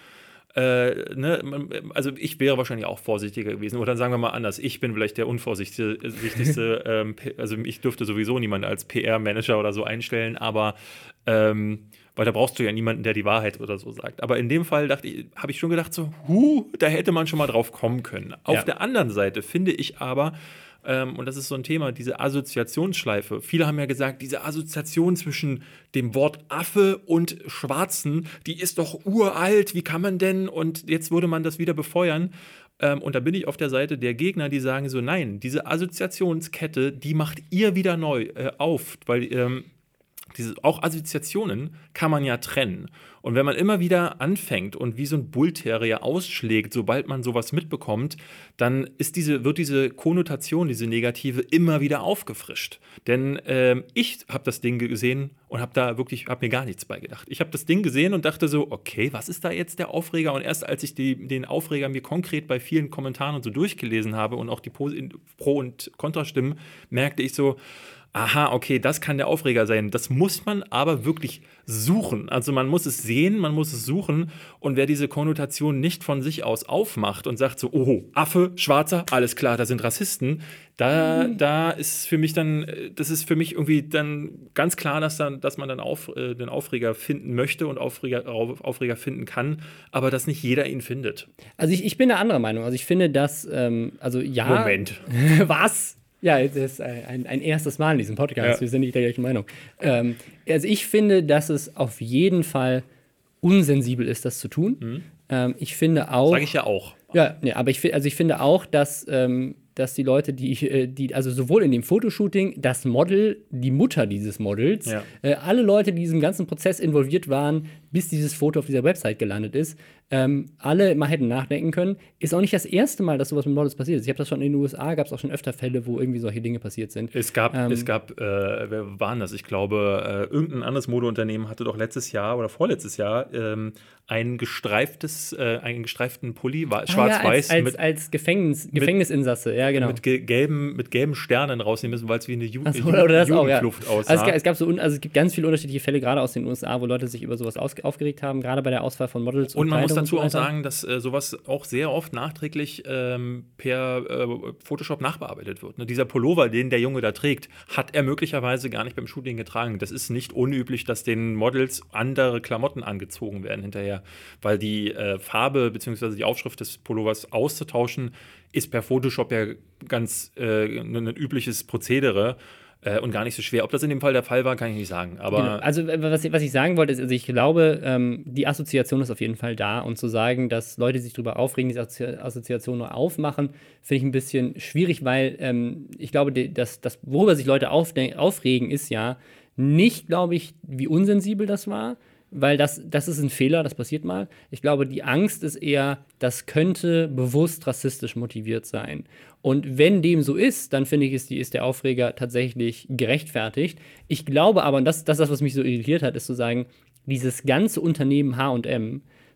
äh, ne, also ich wäre wahrscheinlich auch vorsichtiger gewesen. Oder dann sagen wir mal anders, ich bin vielleicht der unvorsichtigste, ähm, also ich dürfte sowieso niemanden als P R-Manager oder so einstellen, aber ähm, weil da brauchst du ja niemanden, der die Wahrheit oder so sagt. Aber in dem Fall dachte ich, habe ich schon gedacht, so, huh, da hätte man schon mal drauf kommen können. Auf ja. der anderen Seite finde ich aber, ähm, und das ist so ein Thema, diese Assoziationsschleife. Viele haben ja gesagt, diese Assoziation zwischen dem Wort Affe und Schwarzen, die ist doch uralt, wie kann man denn? Und jetzt würde man das wieder befeuern. Ähm, und da bin ich auf der Seite der Gegner, die sagen so, nein, diese Assoziationskette, die macht ihr wieder neu äh, auf, weil ähm, diese, auch Assoziationen kann man ja trennen. Und wenn man immer wieder anfängt und wie so ein Bullterrier ausschlägt, sobald man sowas mitbekommt, dann ist diese, wird diese Konnotation, diese negative, immer wieder aufgefrischt. Denn ähm, ich habe das Ding gesehen und habe da wirklich, habe mir gar nichts bei gedacht. Ich habe das Ding gesehen und dachte so, okay, was ist da jetzt der Aufreger? Und erst als ich die, den Aufreger mir konkret bei vielen Kommentaren und so durchgelesen habe und auch die Pro- und Kontrastimmen, merkte ich so, aha, okay, das kann der Aufreger sein. Das muss man aber wirklich suchen. Also man muss es sehen, man muss es suchen. Und wer diese Konnotation nicht von sich aus aufmacht und sagt so, oh, Affe, Schwarzer, alles klar, da sind Rassisten, da, mhm. da ist für mich dann, das ist für mich irgendwie dann ganz klar, dass, dann, dass man dann auf, äh, den Aufreger finden möchte und Aufreger, Aufreger finden kann, aber dass nicht jeder ihn findet. Also ich, ich bin der anderer Meinung. Also ich finde, dass, ähm, also ja. Moment. Was? Ja, es ist ein, ein erstes Mal in diesem Podcast. Ja. Wir sind nicht der gleichen Meinung. Ähm, also ich finde, dass es auf jeden Fall unsensibel ist, das zu tun. Mhm. Ähm, ich finde auch. Sage ich ja auch. Ja, nee, aber ich, also ich finde auch, dass, ähm, dass die Leute, die, die, also sowohl in dem Fotoshooting, das Model, die Mutter dieses Models, ja. äh, alle Leute, die in diesem ganzen Prozess involviert waren, bis dieses Foto auf dieser Website gelandet ist, ähm, alle mal hätten nachdenken können. Ist auch nicht das erste Mal, dass sowas mit Models passiert ist. Ich habe das schon in den U S A, gab es auch schon öfter Fälle, wo irgendwie solche Dinge passiert sind. Es gab, ähm, es gab äh, wer waren das? Ich glaube, äh, irgendein anderes Modeunternehmen hatte doch letztes Jahr oder vorletztes Jahr ähm, ein gestreiftes, äh, einen gestreiften Pulli, war schwarz-weiß. Ah, ja, als, als, mit, als Gefängnis, Gefängnisinsasse, ja, genau. Mit, ge- gelben, mit gelben Sternen rausnehmen müssen, weil es wie eine Ju- so, oder das Jugendkluft auch, ja. aussah. Also es, gab, es, gab so un- also es gibt ganz viele unterschiedliche Fälle, gerade aus den U S A, wo Leute sich über sowas aus- aufgeregt haben, gerade bei der Auswahl von Models. Und, und man muss dazu so auch sagen, dass äh, sowas auch sehr oft nachträglich ähm, per äh, Photoshop nachbearbeitet wird. Ne? Dieser Pullover, den der Junge da trägt, hat er möglicherweise gar nicht beim Shooting getragen. Das ist nicht unüblich, dass den Models andere Klamotten angezogen werden hinterher, weil die äh, Farbe bzw. die Aufschrift des Pullovers auszutauschen, ist per Photoshop ja ganz äh, ein übliches Prozedere. Äh, und gar nicht so schwer. Ob das in dem Fall der Fall war, kann ich nicht sagen. Aber genau. Also was ich, was ich sagen wollte, ist, also ich glaube, ähm, die Assoziation ist auf jeden Fall da. Und zu sagen, dass Leute sich darüber aufregen, diese Assozi- Assoziation nur aufmachen, finde ich ein bisschen schwierig, weil ähm, ich glaube, die, das, das, worüber sich Leute aufde- aufregen, ist ja nicht, glaube ich, wie unsensibel das war, weil das, das ist ein Fehler, das passiert mal. Ich glaube, die Angst ist eher, das könnte bewusst rassistisch motiviert sein. Und wenn dem so ist, dann finde ich, ist, die, ist der Aufreger tatsächlich gerechtfertigt. Ich glaube aber, und das, das ist das, was mich so irritiert hat, ist zu sagen, dieses ganze Unternehmen H und M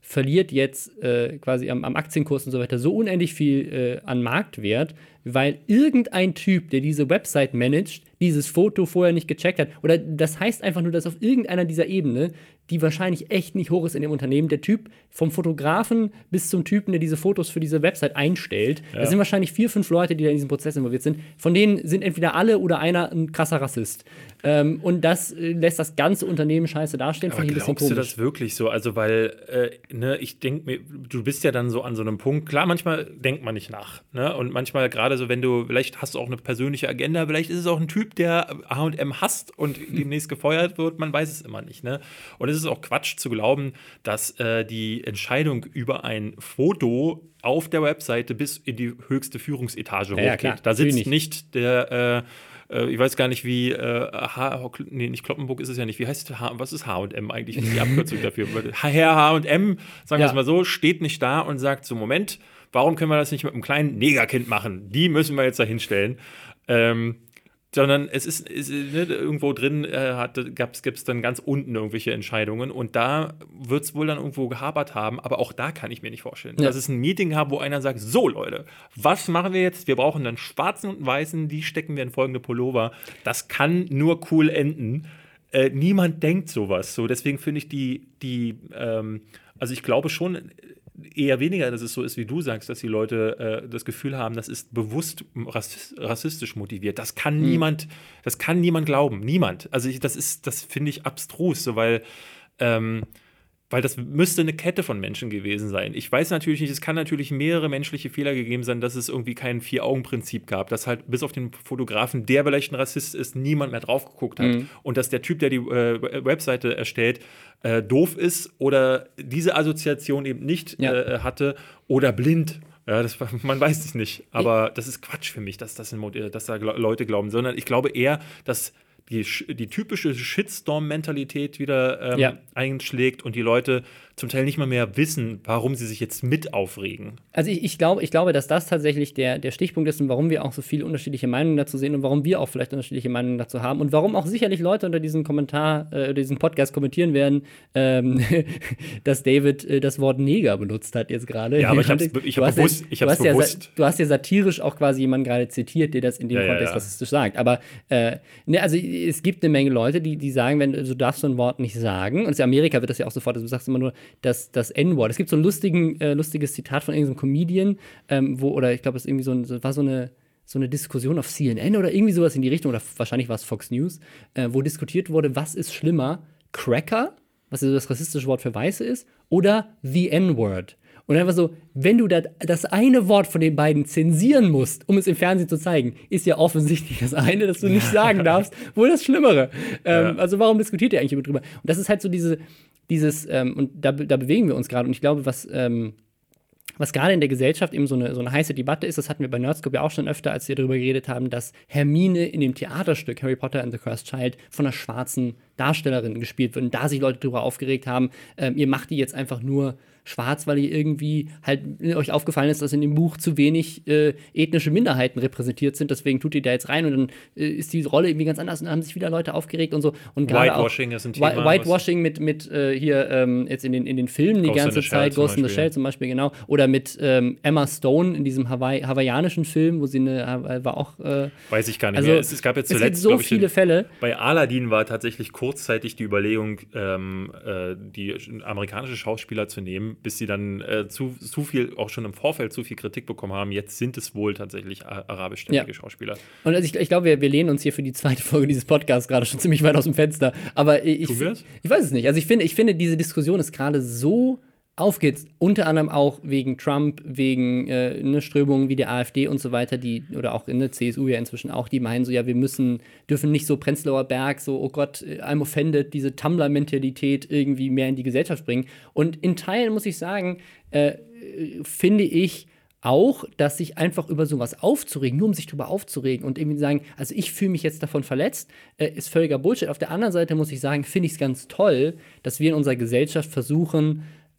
verliert jetzt äh, quasi am, am Aktienkurs und so weiter so unendlich viel äh, an Marktwert, weil irgendein Typ, der diese Website managt, dieses Foto vorher nicht gecheckt hat. Oder das heißt einfach nur, dass auf irgendeiner dieser Ebene, die wahrscheinlich echt nicht hoch ist in dem Unternehmen, der Typ vom Fotografen bis zum Typen, der diese Fotos für diese Website einstellt, ja. Das sind wahrscheinlich vier, fünf Leute, die da in diesem Prozess involviert sind. Von denen sind entweder alle oder einer ein krasser Rassist. Ähm, und das äh, lässt das ganze Unternehmen scheiße dastehen. Aber glaubst ein bisschen du das wirklich so? Also, weil, äh, ne, ich denke mir, du bist ja dann so an so einem Punkt, klar, manchmal denkt man nicht nach. Ne? Und manchmal gerade so, wenn du, vielleicht hast du auch eine persönliche Agenda, vielleicht ist es auch ein Typ, der H und M hasst und demnächst gefeuert wird, man weiß es immer nicht. Ne? Und es ist auch Quatsch zu glauben, dass äh, die Entscheidung über ein Foto auf der Webseite bis in die höchste Führungsetage ja, hochgeht. Ja, klar, da sitzt nicht der äh, ich weiß gar nicht, wie, äh, H, nee, nicht Kloppenburg ist es ja nicht. Wie heißt H, was ist H und M eigentlich? Die Abkürzung dafür. Herr H und M, sagen wir es mal so, steht nicht da und sagt so, Moment, warum können wir das nicht mit einem kleinen Negerkind machen? Die müssen wir jetzt da hinstellen. Ähm, sondern es ist, ist ne, irgendwo drin, äh, gibt es dann ganz unten irgendwelche Entscheidungen und da wird es wohl dann irgendwo gehapert haben, aber auch da kann ich mir nicht vorstellen, ja. dass es ein Meeting gab, wo einer sagt, so Leute, was machen wir jetzt? Wir brauchen dann schwarzen und weißen, die stecken wir in folgende Pullover. Das kann nur cool enden. Äh, niemand denkt sowas. So, deswegen finde ich die, die ähm, also ich glaube schon eher weniger, dass es so ist, wie du sagst, dass die Leute äh, das Gefühl haben, das ist bewusst rassistisch motiviert. Das kann hm. niemand, das kann niemand glauben. Niemand. Also ich, das ist, das finde ich abstrus, so, weil, ähm, weil das müsste eine Kette von Menschen gewesen sein. Ich weiß natürlich nicht, es kann natürlich mehrere menschliche Fehler gegeben sein, dass es irgendwie kein Vier-Augen-Prinzip gab, dass halt bis auf den Fotografen, der vielleicht ein Rassist ist, niemand mehr drauf geguckt hat. Mhm. Und dass der Typ, der die äh, Webseite erstellt, äh, doof ist oder diese Assoziation eben nicht ja. äh, hatte oder blind. Ja, das, man weiß es nicht. Aber das ist Quatsch für mich, dass, das in, dass da Leute glauben. Sondern ich glaube eher, dass Die, die typische Shitstorm-Mentalität wieder ähm, ja. einschlägt und die Leute zum Teil nicht mal mehr wissen, warum sie sich jetzt mit aufregen. Also ich, ich, glaube, ich glaube, dass das tatsächlich der, der Stichpunkt ist und warum wir auch so viele unterschiedliche Meinungen dazu sehen und warum wir auch vielleicht unterschiedliche Meinungen dazu haben und warum auch sicherlich Leute unter diesem Kommentar, äh, diesen Podcast kommentieren werden, ähm, dass David äh, das Wort Neger benutzt hat jetzt gerade. Ja, aber ich hab's, ich hab bewusst, ja, ich hab's du bewusst. Ja, du hast ja satirisch auch quasi jemanden gerade zitiert, der das in dem ja, Kontext ja, ja. rassistisch sagt. Aber äh, ne, also es gibt eine Menge Leute, die, die sagen, wenn du darfst so ein Wort nicht sagen. Und in Amerika wird das ja auch sofort, also du sagst immer nur das, das N-Wort. Es gibt so ein lustigen, äh, lustiges Zitat von irgendeinem Comedian, ähm, wo, oder ich glaube, es irgendwie so, ein, so war so eine, so eine Diskussion auf C N N oder irgendwie sowas in die Richtung, oder wahrscheinlich war es Fox News, äh, wo diskutiert wurde, was ist schlimmer, Cracker, was also das rassistische Wort für Weiße ist, oder the N-Word. Und einfach so, wenn du da das eine Wort von den beiden zensieren musst, um es im Fernsehen zu zeigen, ist ja offensichtlich das eine, das du nicht sagen darfst, wohl das Schlimmere. Ähm, ja. Also warum diskutiert ihr eigentlich immer drüber? Und das ist halt so diese, dieses, ähm, und da, da bewegen wir uns gerade. Und ich glaube, was, ähm, was gerade in der Gesellschaft eben so eine, so eine heiße Debatte ist, das hatten wir bei Nerdscope ja auch schon öfter, als wir darüber geredet haben, dass Hermine in dem Theaterstück Harry Potter and the Cursed Child von einer schwarzen Darstellerin gespielt wird. Und da sich Leute darüber aufgeregt haben, ähm, ihr macht die jetzt einfach nur schwarz, weil ihr irgendwie halt euch aufgefallen ist, dass in dem Buch zu wenig äh, ethnische Minderheiten repräsentiert sind, deswegen tut ihr da jetzt rein und dann äh, ist die Rolle irgendwie ganz anders und dann haben sich wieder Leute aufgeregt und so. Und Whitewashing auch, ist ein Thema. Whitewashing mit, mit äh, hier ähm, jetzt in den, in den Filmen die ganze Zeit, Ghost in the Shell zum Beispiel, genau. Oder mit ähm, Emma Stone in diesem Hawaii, hawaiianischen Film, wo sie eine, war auch äh, weiß ich gar nicht also, mehr. Es, es gab jetzt zuletzt, es gibt so ich, viele Fälle. Bei Aladdin war tatsächlich kurzzeitig die Überlegung, ähm, äh, die amerikanische Schauspieler zu nehmen, bis sie dann äh, zu, zu viel, auch schon im Vorfeld zu viel Kritik bekommen haben. Jetzt sind es wohl tatsächlich arabischstämmige ja. Schauspieler. Und also ich, ich glaube, wir, wir lehnen uns hier für die zweite Folge dieses Podcasts gerade schon ziemlich weit aus dem Fenster. Aber ich, Tun wir das? ich weiß es nicht. Also ich finde, ich finde, diese Diskussion ist gerade so aufgeht, unter anderem auch wegen Trump, wegen äh, ne, Strömungen wie der AfD und so weiter, die, oder auch in der C S U ja inzwischen auch, die meinen so, ja, wir müssen, dürfen nicht so Prenzlauer Berg, so, oh Gott, I'm offended, diese Tumblr-Mentalität irgendwie mehr in die Gesellschaft bringen. Und in Teilen muss ich sagen, äh, finde ich auch, dass sich einfach über sowas aufzuregen, nur um sich drüber aufzuregen und irgendwie sagen, also ich fühle mich jetzt davon verletzt, äh, ist völliger Bullshit. Auf der anderen Seite muss ich sagen, finde ich es ganz toll, dass wir in unserer Gesellschaft versuchen,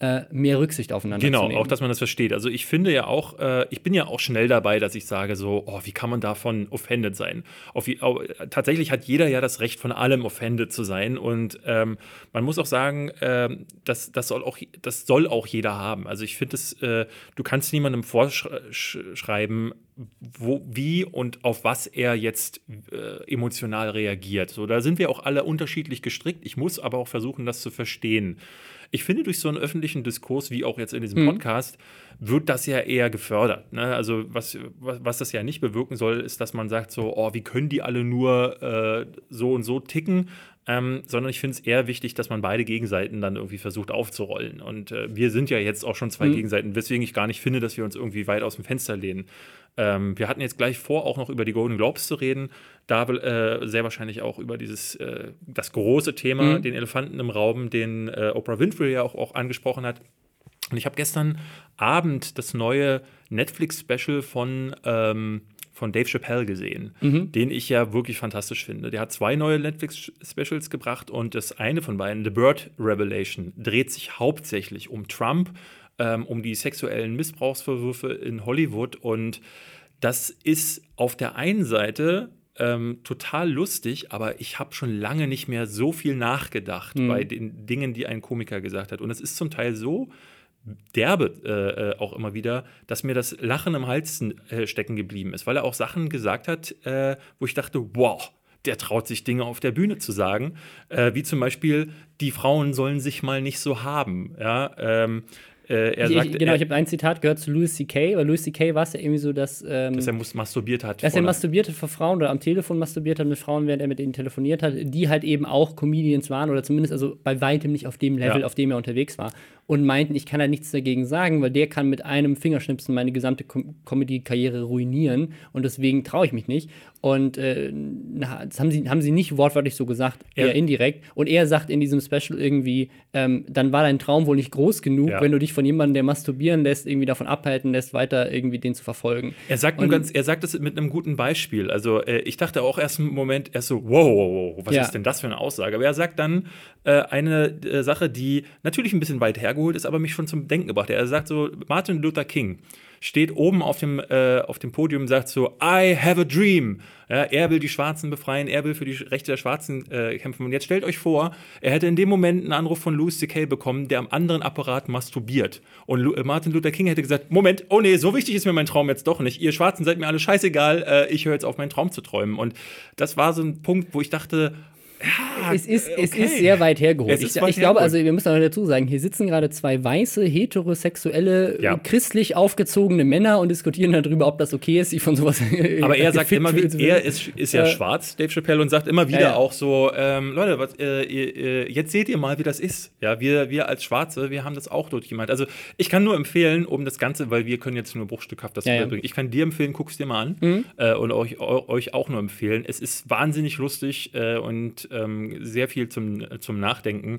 äh, mehr Rücksicht aufeinander genau, zu nehmen. Genau, auch, dass man das versteht. Also ich finde ja auch, äh, ich bin ja auch schnell dabei, dass ich sage so, oh, wie kann man davon offended sein? Auf, auf, tatsächlich hat jeder ja das Recht, von allem offended zu sein und ähm, man muss auch sagen, äh, das, das, soll auch, das soll auch jeder haben. Also ich finde, äh, du kannst niemandem vorschreiben, wo, wie und auf was er jetzt äh, emotional reagiert. So, da sind wir auch alle unterschiedlich gestrickt. Ich muss aber auch versuchen, das zu verstehen. Ich finde, durch so einen öffentlichen Diskurs, wie auch jetzt in diesem Podcast, mhm. wird das ja eher gefördert. Ne? Also was, was, was das ja nicht bewirken soll, ist, dass man sagt so, oh, wie können die alle nur äh, so und so ticken? Ähm, sondern ich finde es eher wichtig, dass man beide Gegenseiten dann irgendwie versucht aufzurollen. Und äh, wir sind ja jetzt auch schon zwei mhm. Gegenseiten, weswegen ich gar nicht finde, dass wir uns irgendwie weit aus dem Fenster lehnen. Ähm, wir hatten jetzt gleich vor, auch noch über die Golden Globes zu reden. Da äh, sehr wahrscheinlich auch über dieses, äh, das große Thema, mhm. den Elefanten im Raum, den äh, Oprah Winfrey ja auch, auch angesprochen hat. Und ich habe gestern Abend das neue Netflix-Special von ähm, von Dave Chappelle gesehen, mhm. den ich ja wirklich fantastisch finde. Der hat zwei neue Netflix-Specials gebracht und das eine von beiden, The Bird Revelation, dreht sich hauptsächlich um Trump, ähm, um die sexuellen Missbrauchsvorwürfe in Hollywood und das ist auf der einen Seite ähm, total lustig, aber ich habe schon lange nicht mehr so viel nachgedacht mhm. bei den Dingen, die ein Komiker gesagt hat und es ist zum Teil so derbe äh, auch immer wieder, dass mir das Lachen im Hals äh, stecken geblieben ist, weil er auch Sachen gesagt hat, äh, wo ich dachte, wow, der traut sich Dinge auf der Bühne zu sagen, äh, wie zum Beispiel, die Frauen sollen sich mal nicht so haben. Ja, ähm, äh, er ich, sagt, ich, genau, er, ich habe ein Zitat gehört zu Louis C K, weil Louis C K war es ja irgendwie so, dass ähm, dass er masturbiert hat. Dass er masturbiert hat vor Frauen oder am Telefon masturbiert hat mit Frauen, während er mit ihnen telefoniert hat, die halt eben auch Comedians waren oder zumindest also bei weitem nicht auf dem Level, ja. auf dem er unterwegs war. Und meinten, ich kann da nichts dagegen sagen, weil der kann mit einem Fingerschnipsen meine gesamte Com- Comedy-Karriere ruinieren und deswegen traue ich mich nicht. Und äh, das haben sie, haben sie nicht wortwörtlich so gesagt, eher ja. indirekt. Und er sagt in diesem Special irgendwie, ähm, dann war dein Traum wohl nicht groß genug, ja. wenn du dich von jemandem, der masturbieren lässt, irgendwie davon abhalten lässt, weiter irgendwie den zu verfolgen. Er sagt nur ganz, er sagt das mit einem guten Beispiel. Also äh, ich dachte auch erst im Moment erst so, wow, wow, wow was ja. ist denn das für eine Aussage? Aber er sagt dann äh, eine äh, Sache, die natürlich ein bisschen weit hergeholt ist, aber mich schon zum Denken gebracht. Er sagt so, Martin Luther King steht oben auf dem, äh, auf dem Podium und sagt so, I have a dream. Ja, er will die Schwarzen befreien, er will für die Rechte der Schwarzen äh, kämpfen. Und jetzt stellt euch vor, er hätte in dem Moment einen Anruf von Louis C K bekommen, der am anderen Apparat masturbiert. Und Lu- Martin Luther King hätte gesagt, Moment, oh nee, so wichtig ist mir mein Traum jetzt doch nicht. Ihr Schwarzen seid mir alle scheißegal, äh, ich höre jetzt auf, meinen Traum zu träumen. Und das war so ein Punkt, wo ich dachte, ja, es, ist, okay. es ist sehr weit hergeholt. Ich, weit ich glaube, also wir müssen auch dazu sagen, hier sitzen gerade zwei weiße, heterosexuelle, ja. christlich aufgezogene Männer und diskutieren darüber, ob das okay ist, sich von sowas Aber er sagt immer wieder, er ist, ist ja äh, schwarz, Dave Chappelle, und sagt immer wieder ja, ja. auch so, ähm, Leute, was, äh, äh, jetzt seht ihr mal, wie das ist. Ja, wir, wir als Schwarze, wir haben das auch durchgemacht. Also ich kann nur empfehlen, um das Ganze, weil wir können jetzt nur bruchstückhaft das ja, überbringen. Ja. Ich kann dir empfehlen, guck's dir mal an mhm. äh, und euch, euch auch nur empfehlen. Es ist wahnsinnig lustig äh, und ähm, sehr viel zum, zum Nachdenken.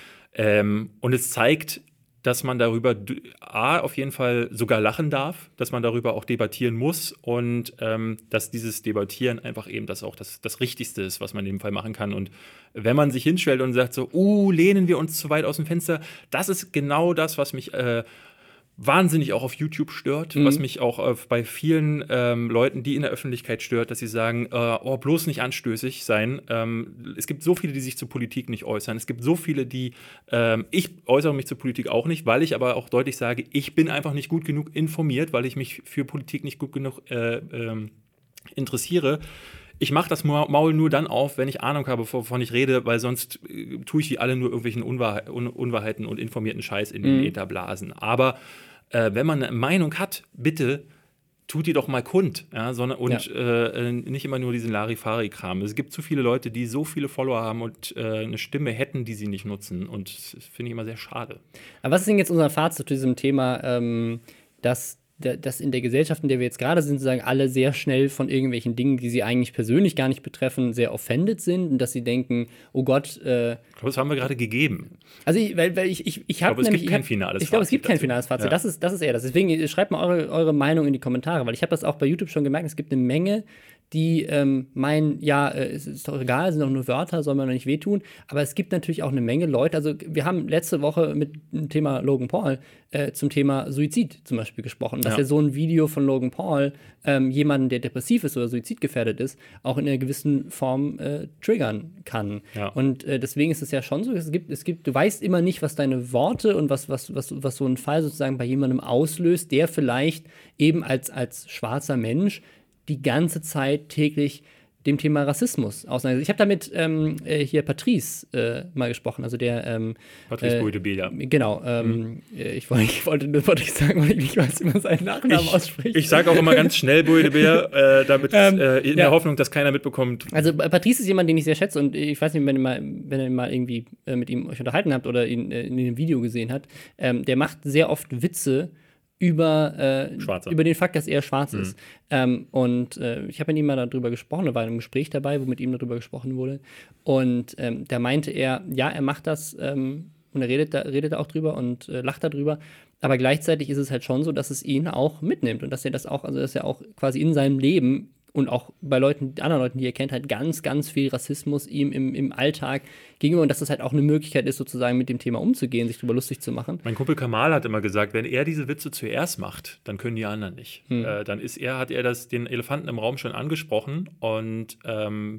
Ähm, und es zeigt, dass man darüber A, auf jeden Fall sogar lachen darf, dass man darüber auch debattieren muss und ähm, dass dieses Debattieren einfach eben das auch das, das Richtigste ist, was man in dem Fall machen kann. Und wenn man sich hinstellt und sagt so, uh, lehnen wir uns zu weit aus dem Fenster, das ist genau das, was mich äh, wahnsinnig auch auf YouTube stört, mhm. was mich auch äh, bei vielen ähm, Leuten, die in der Öffentlichkeit stört, dass sie sagen, äh, oh, bloß nicht anstößig sein. Ähm, es gibt so viele, die sich zur Politik nicht äußern. Es gibt so viele, die, ähm, ich äußere mich zur Politik auch nicht, weil ich aber auch deutlich sage, ich bin einfach nicht gut genug informiert, weil ich mich für Politik nicht gut genug äh, ähm, interessiere. Ich mache das Maul nur dann auf, wenn ich Ahnung habe, wovon ich rede, weil sonst äh, tue ich wie alle nur irgendwelchen Unwahr- Un- Unwahrheiten und informierten Scheiß in den mhm. Äther blasen. Aber äh, wenn man eine Meinung hat, bitte tut die doch mal kund, ja, sondern, und ja. äh, nicht immer nur diesen Larifari-Kram. Es gibt zu viele Leute, die so viele Follower haben und äh, eine Stimme hätten, die sie nicht nutzen. Und das finde ich immer sehr schade. Aber was ist denn jetzt unser Fazit zu diesem Thema, ähm, dass dass in der Gesellschaft, in der wir jetzt gerade sind, sozusagen alle sehr schnell von irgendwelchen Dingen, die sie eigentlich persönlich gar nicht betreffen, sehr offended sind und dass sie denken, oh Gott. Äh, ich glaube, das haben wir gerade gegeben. Also, ich, weil, weil ich, ich, ich habe nämlich. Es gibt kein finales Fazit. Ich glaube, es gibt kein finales Fazit. Ja. Das ist, das ist eher das. Deswegen schreibt mal eure, eure Meinung in die Kommentare, weil ich habe das auch bei YouTube schon gemerkt, es gibt eine Menge, die ähm, meinen, ja, äh, es ist doch egal, sind doch nur Wörter, soll man doch nicht wehtun. Aber es gibt natürlich auch eine Menge Leute. Also wir haben letzte Woche mit dem Thema Logan Paul äh, zum Thema Suizid zum Beispiel gesprochen. Dass Ja. ja so ein Video von Logan Paul ähm, jemanden, der depressiv ist oder suizidgefährdet ist, auch in einer gewissen Form äh, triggern kann. Ja. Und äh, deswegen ist es ja schon so, es gibt, es gibt, du weißt immer nicht, was deine Worte und was, was, was, was so ein Fall sozusagen bei jemandem auslöst, der vielleicht eben als, als schwarzer Mensch die ganze Zeit täglich dem Thema Rassismus auseinandersetzt. Ich habe damit ähm, äh, hier Patrice äh, mal gesprochen, also der ähm, Patrice äh, Boudebel, ja. Genau, ähm, mhm. ich, wollte, ich wollte nur Patrice sagen, weil ich nicht weiß, wie man seinen Nachnamen ich, ausspricht. Ich sage auch immer ganz schnell Boudebel, äh, damit ähm, äh, in ja. der Hoffnung, dass keiner mitbekommt. Also Patrice ist jemand, den ich sehr schätze und ich weiß nicht, wenn ihr mal, wenn ihr mal irgendwie äh, mit ihm euch unterhalten habt oder ihn äh, in einem Video gesehen habt, ähm, der macht sehr oft Witze über, äh, über den Fakt, dass er schwarz mhm. ist. Ähm, und äh, ich habe mit ihm mal darüber gesprochen, da war ein Gespräch dabei, wo mit ihm darüber gesprochen wurde. Und ähm, da meinte er, ja, er macht das ähm, und er redet da, redet da auch drüber und äh, lacht darüber. Aber gleichzeitig ist es halt schon so, dass es ihn auch mitnimmt und dass er das auch, also dass er auch quasi in seinem Leben und auch bei Leuten, anderen Leuten, die er kennt, halt ganz, ganz viel Rassismus ihm im, im Alltag gegenüber und dass das halt auch eine Möglichkeit ist, sozusagen mit dem Thema umzugehen, sich darüber lustig zu machen. Mein Kumpel Kamal hat immer gesagt, wenn er diese Witze zuerst macht, dann können die anderen nicht. Hm. Äh, dann ist er, hat er das, den Elefanten im Raum schon angesprochen und ähm,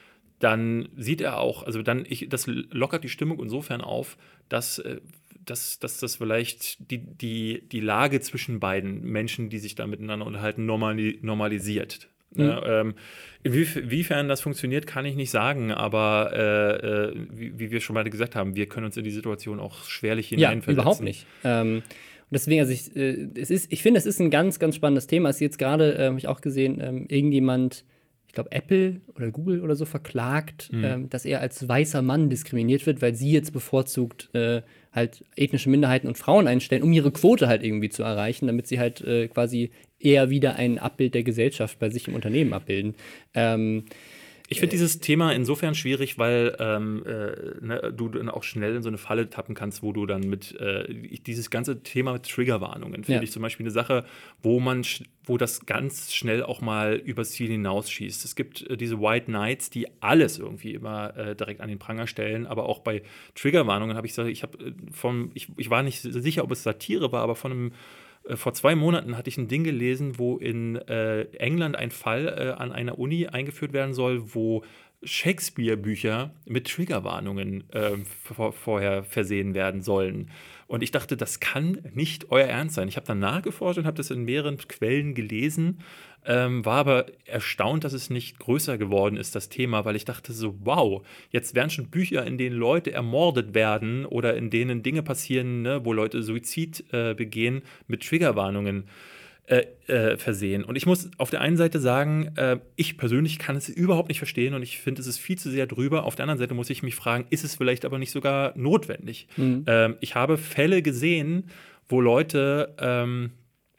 dann sieht er auch, also dann, ich, das lockert die Stimmung insofern auf, dass äh, Dass, dass das vielleicht die, die, die Lage zwischen beiden Menschen, die sich da miteinander unterhalten, normali- normalisiert. Mhm. Ja, ähm, inwiefern das funktioniert, kann ich nicht sagen, aber äh, äh, wie, wie wir schon beide gesagt haben, wir können uns in die Situation auch schwerlich hineinversetzen. Ja, überhaupt nicht. Ähm, und deswegen, also ich, äh, es ist, ich finde, es ist ein ganz, ganz spannendes Thema. Es ist jetzt gerade, äh, habe ich auch gesehen, ähm, irgendjemand, ich glaube Apple oder Google oder so verklagt, mhm. ähm, dass er als weißer Mann diskriminiert wird, weil sie jetzt bevorzugt äh, halt ethnische Minderheiten und Frauen einstellen, um ihre Quote halt irgendwie zu erreichen, damit sie halt äh, quasi eher wieder ein Abbild der Gesellschaft bei sich im Unternehmen abbilden. Ähm, Ich finde dieses Thema insofern schwierig, weil ähm, äh, ne, du dann auch schnell in so eine Falle tappen kannst, wo du dann mit äh, dieses ganze Thema mit Triggerwarnungen finde ja. ich zum Beispiel eine Sache, wo man wo das ganz schnell auch mal übers Ziel hinausschießt. Es gibt äh, diese White Knights, die alles irgendwie immer äh, direkt an den Pranger stellen, aber auch bei Triggerwarnungen habe ich gesagt, ich habe äh, vom ich, ich war nicht sicher, ob es Satire war, aber von einem Vor zwei Monaten hatte ich ein Ding gelesen, wo in äh, England ein Fall äh, an einer Uni eingeführt werden soll, wo Shakespeare-Bücher mit Triggerwarnungen äh, vor, vorher versehen werden sollen. Und ich dachte, das kann nicht euer Ernst sein. Ich habe dann nachgeforscht und habe das in mehreren Quellen gelesen, ähm, war aber erstaunt, dass es nicht größer geworden ist, das Thema, weil ich dachte so, wow, jetzt werden schon Bücher, in denen Leute ermordet werden oder in denen Dinge passieren, ne, wo Leute Suizid äh, begehen, mit Triggerwarnungen Äh, äh, versehen. Und ich muss auf der einen Seite sagen, äh, ich persönlich kann es überhaupt nicht verstehen und ich finde, es ist viel zu sehr drüber. Auf der anderen Seite muss ich mich fragen, ist es vielleicht aber nicht sogar notwendig? Mhm. Ähm, ich habe Fälle gesehen, wo Leute, ähm,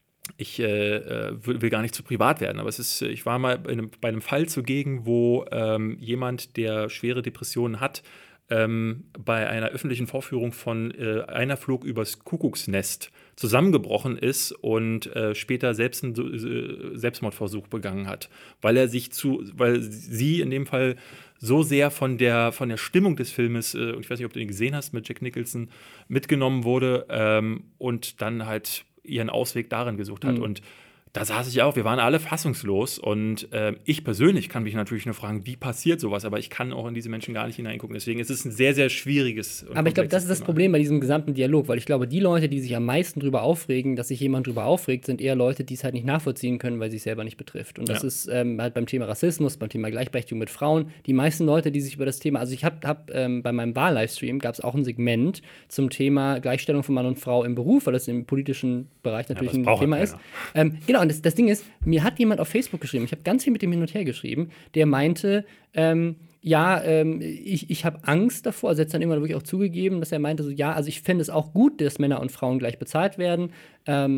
ich äh, will, will gar nicht zu privat werden, aber es ist, ich war mal bei einem, bei einem Fall zugegen, wo ähm, jemand, der schwere Depressionen hat, ähm, bei einer öffentlichen Vorführung von äh, Einer flog übers Kuckucksnest zusammengebrochen ist und äh, später selbst einen äh, Selbstmordversuch begangen hat, weil er sich zu, weil sie in dem Fall so sehr von der, von der Stimmung des Filmes, äh, und ich weiß nicht, ob du ihn gesehen hast, mit Jack Nicholson, mitgenommen wurde ähm, und dann halt ihren Ausweg darin gesucht hat. Mhm. Und da saß ich auch, wir waren alle fassungslos und äh, ich persönlich kann mich natürlich nur fragen, wie passiert sowas, aber ich kann auch in diese Menschen gar nicht hineingucken. Deswegen ist es ein sehr, sehr schwieriges und Aber ich glaube, das ist das Thema. Problem bei diesem gesamten Dialog, weil ich glaube, die Leute, die sich am meisten drüber aufregen, dass sich jemand drüber aufregt, sind eher Leute, die es halt nicht nachvollziehen können, weil sie es selber nicht betrifft. Und das ja. ist ähm, halt beim Thema Rassismus, beim Thema Gleichberechtigung mit Frauen, die meisten Leute, die sich über das Thema, also ich habe hab, ähm, bei meinem Wahl-Livestream gab es auch ein Segment zum Thema Gleichstellung von Mann und Frau im Beruf, weil das im politischen Bereich natürlich ja, ein Thema ist. Ähm, genau, und das, das Ding ist, mir hat jemand auf Facebook geschrieben, ich habe ganz viel mit dem hin und her geschrieben, der meinte, ähm, ja, ähm, ich, ich habe Angst davor, also jetzt dann immer wirklich auch zugegeben, dass er meinte, so ja, also ich finde es auch gut, dass Männer und Frauen gleich bezahlt werden, ähm,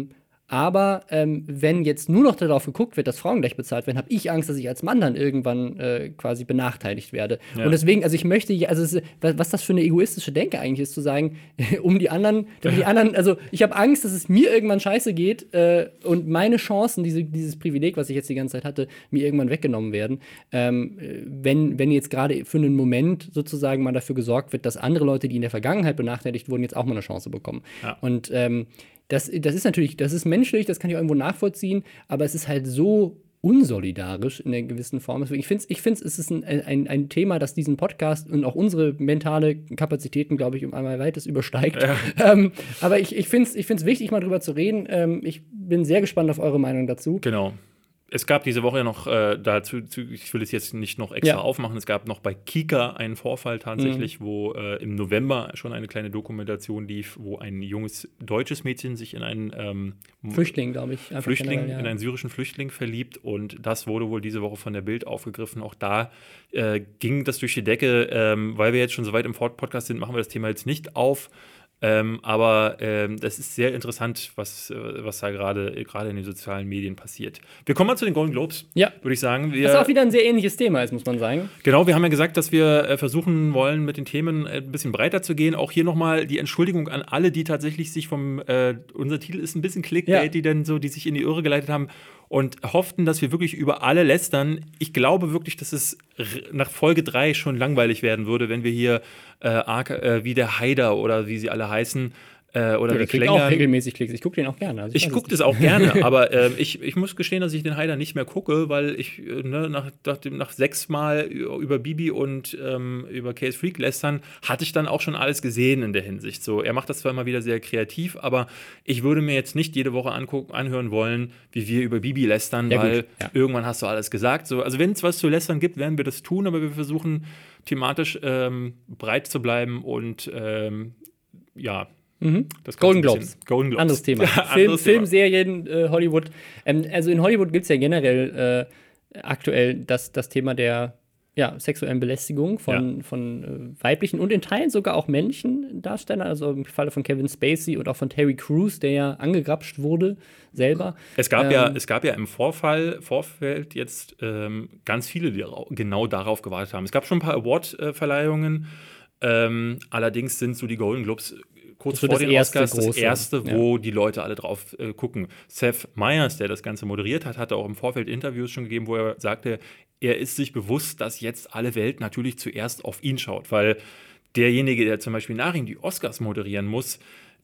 Aber ähm, wenn jetzt nur noch darauf geguckt wird, dass Frauen gleich bezahlt werden, habe ich Angst, dass ich als Mann dann irgendwann äh, quasi benachteiligt werde. Ja. Und deswegen, also ich möchte, also es, was das für eine egoistische Denke eigentlich ist, zu sagen, um die anderen, damit die anderen, also ich habe Angst, dass es mir irgendwann scheiße geht äh, und meine Chancen, diese, dieses Privileg, was ich jetzt die ganze Zeit hatte, mir irgendwann weggenommen werden. Ähm, wenn, wenn jetzt gerade für einen Moment sozusagen mal dafür gesorgt wird, dass andere Leute, die in der Vergangenheit benachteiligt wurden, jetzt auch mal eine Chance bekommen. Ja. Und ähm, Das, das ist natürlich, das ist menschlich, das kann ich auch irgendwo nachvollziehen, aber es ist halt so unsolidarisch in einer gewissen Form. Ich finde, ich finde, es ist ein, ein, ein Thema, das diesen Podcast und auch unsere mentale Kapazitäten, glaube ich, um einmal weiteres übersteigt. Ja. Ähm, aber ich, ich finde es ich find's wichtig, mal drüber zu reden. Ähm, ich bin sehr gespannt auf eure Meinung dazu. Genau. Es gab diese Woche ja noch äh, dazu, ich will es jetzt nicht noch extra ja. aufmachen, es gab noch bei Kika einen Vorfall tatsächlich, mhm. wo äh, im November schon eine kleine Dokumentation lief, wo ein junges deutsches Mädchen sich in einen ähm, Flüchtling, glaube ich. Flüchtling, generell, ja. in einen syrischen Flüchtling verliebt und das wurde wohl diese Woche von der Bild aufgegriffen. Auch da äh, ging das durch die Decke, ähm, weil wir jetzt schon so weit im Podcast sind, machen wir das Thema jetzt nicht auf. Ähm, aber ähm, das ist sehr interessant, was, äh, was da gerade gerade in den sozialen Medien passiert. Wir kommen mal zu den Golden Globes, ja. würde ich sagen. Wir, was auch wieder ein sehr ähnliches Thema ist, muss man sagen. Genau, wir haben ja gesagt, dass wir äh, versuchen wollen, mit den Themen äh, ein bisschen breiter zu gehen. Auch hier nochmal die Entschuldigung an alle, die tatsächlich sich vom, äh, unser Titel ist ein bisschen Clickbait, ja. die dann so, die sich in die Irre geleitet haben und hofften, dass wir wirklich über alle lästern. Ich glaube wirklich, dass es r- nach Folge drei schon langweilig werden würde, wenn wir hier äh, arg, äh, wie der Haider oder wie sie alle heißen, äh, oder ja, der kriegt auch regelmäßig Klicks. Ich gucke den auch gerne. Also ich ich gucke das auch gerne, aber äh, ich, ich muss gestehen, dass ich den Haider nicht mehr gucke, weil ich äh, ne, nach, nach, dem, nach sechs Mal über Bibi und ähm, über Case Freak lästern, hatte ich dann auch schon alles gesehen in der Hinsicht. So, er macht das zwar immer wieder sehr kreativ, aber ich würde mir jetzt nicht jede Woche angucken, anhören wollen, wie wir über Bibi lästern, ja, weil ja. irgendwann hast du alles gesagt. So, also wenn es was zu lästern gibt, werden wir das tun, aber wir versuchen thematisch ähm, breit zu bleiben und ähm, ja, Mhm. Golden Globes. Golden Globes. Anderes Thema. Film, Anderes Filmserien, äh, Hollywood. Ähm, also in Hollywood gibt es ja generell äh, aktuell das, das Thema der ja, sexuellen Belästigung von, ja. von äh, weiblichen und in Teilen sogar auch männlichen Darstellern. Also im Falle von Kevin Spacey und auch von Terry Crews, der ja angegrapscht wurde selber. Es gab, ähm, ja, es gab ja im Vorfall, Vorfeld jetzt ähm, ganz viele, die genau darauf gewartet haben. Es gab schon ein paar Award-Verleihungen. Ähm, allerdings sind so die Golden Globes kurz vor den Oscars das erste, wo ja. die Leute alle drauf äh, gucken. Seth Meyers, der das Ganze moderiert hat, hatte auch im Vorfeld Interviews schon gegeben, wo er sagte, er ist sich bewusst, dass jetzt alle Welt natürlich zuerst auf ihn schaut, weil derjenige, der zum Beispiel nach ihm die Oscars moderieren muss,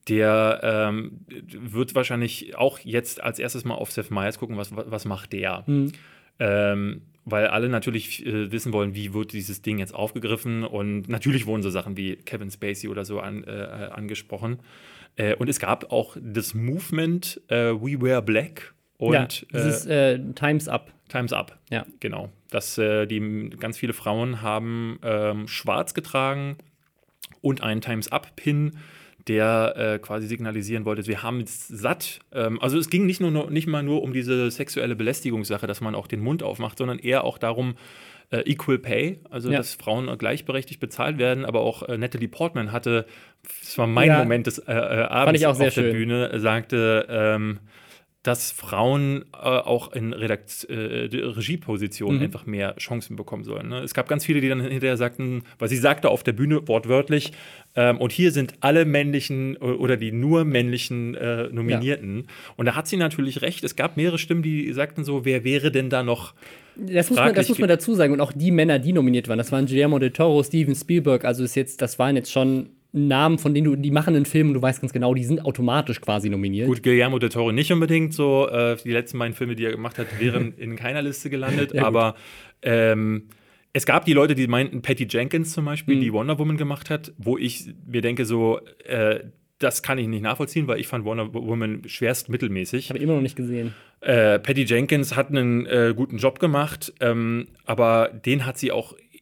der ähm, wird wahrscheinlich auch jetzt als erstes mal auf Seth Meyers gucken, was, was macht der. Mhm. Ähm, weil alle natürlich äh, wissen wollen, wie wird dieses Ding jetzt aufgegriffen. Und natürlich wurden so Sachen wie Kevin Spacey oder so an, äh, angesprochen. Äh, und es gab auch das Movement äh, We Wear Black. Und, ja, das äh, ist äh, Time's Up. Time's Up, ja. Genau. Das, äh, die, ganz viele Frauen haben ähm, schwarz getragen und einen Time's Up-Pin, der äh, quasi signalisieren wollte, wir haben es satt. Ähm, also es ging nicht, nur, nicht mal nur um diese sexuelle Belästigungssache, dass man auch den Mund aufmacht, sondern eher auch darum, äh, Equal Pay, also ja. dass Frauen gleichberechtigt bezahlt werden. Aber auch äh, Natalie Portman hatte, das war mein ja. Moment des äh, Abends auf der schön. Bühne, sagte, ähm, dass Frauen äh, auch in Redakt- äh, Regiepositionen mhm. einfach mehr Chancen bekommen sollen. Ne? Es gab ganz viele, die dann hinterher sagten, weil sie sagte auf der Bühne wortwörtlich, ähm, und hier sind alle männlichen oder die nur männlichen äh, Nominierten. Ja. Und da hat sie natürlich recht. Es gab mehrere Stimmen, die sagten so, wer wäre denn da noch Das muss, man, das muss man dazu sagen. Und auch die Männer, die nominiert waren, das waren Guillermo del Toro, Steven Spielberg, also ist jetzt, das waren jetzt schon Namen, von denen du, die machen einen Film und du weißt ganz genau, die sind automatisch quasi nominiert. Gut, Guillermo del Toro nicht unbedingt so. Äh, die letzten beiden Filme, die er gemacht hat, wären in keiner Liste gelandet. Ja, aber ähm, es gab die Leute, die meinten, Patty Jenkins zum Beispiel, mhm. die Wonder Woman gemacht hat, wo ich mir denke, so, äh, das kann ich nicht nachvollziehen, weil ich fand Wonder Woman schwerst mittelmäßig. Habe ich immer noch nicht gesehen. Äh, Patty Jenkins hat einen äh, guten Job gemacht, ähm, aber den hat sie auch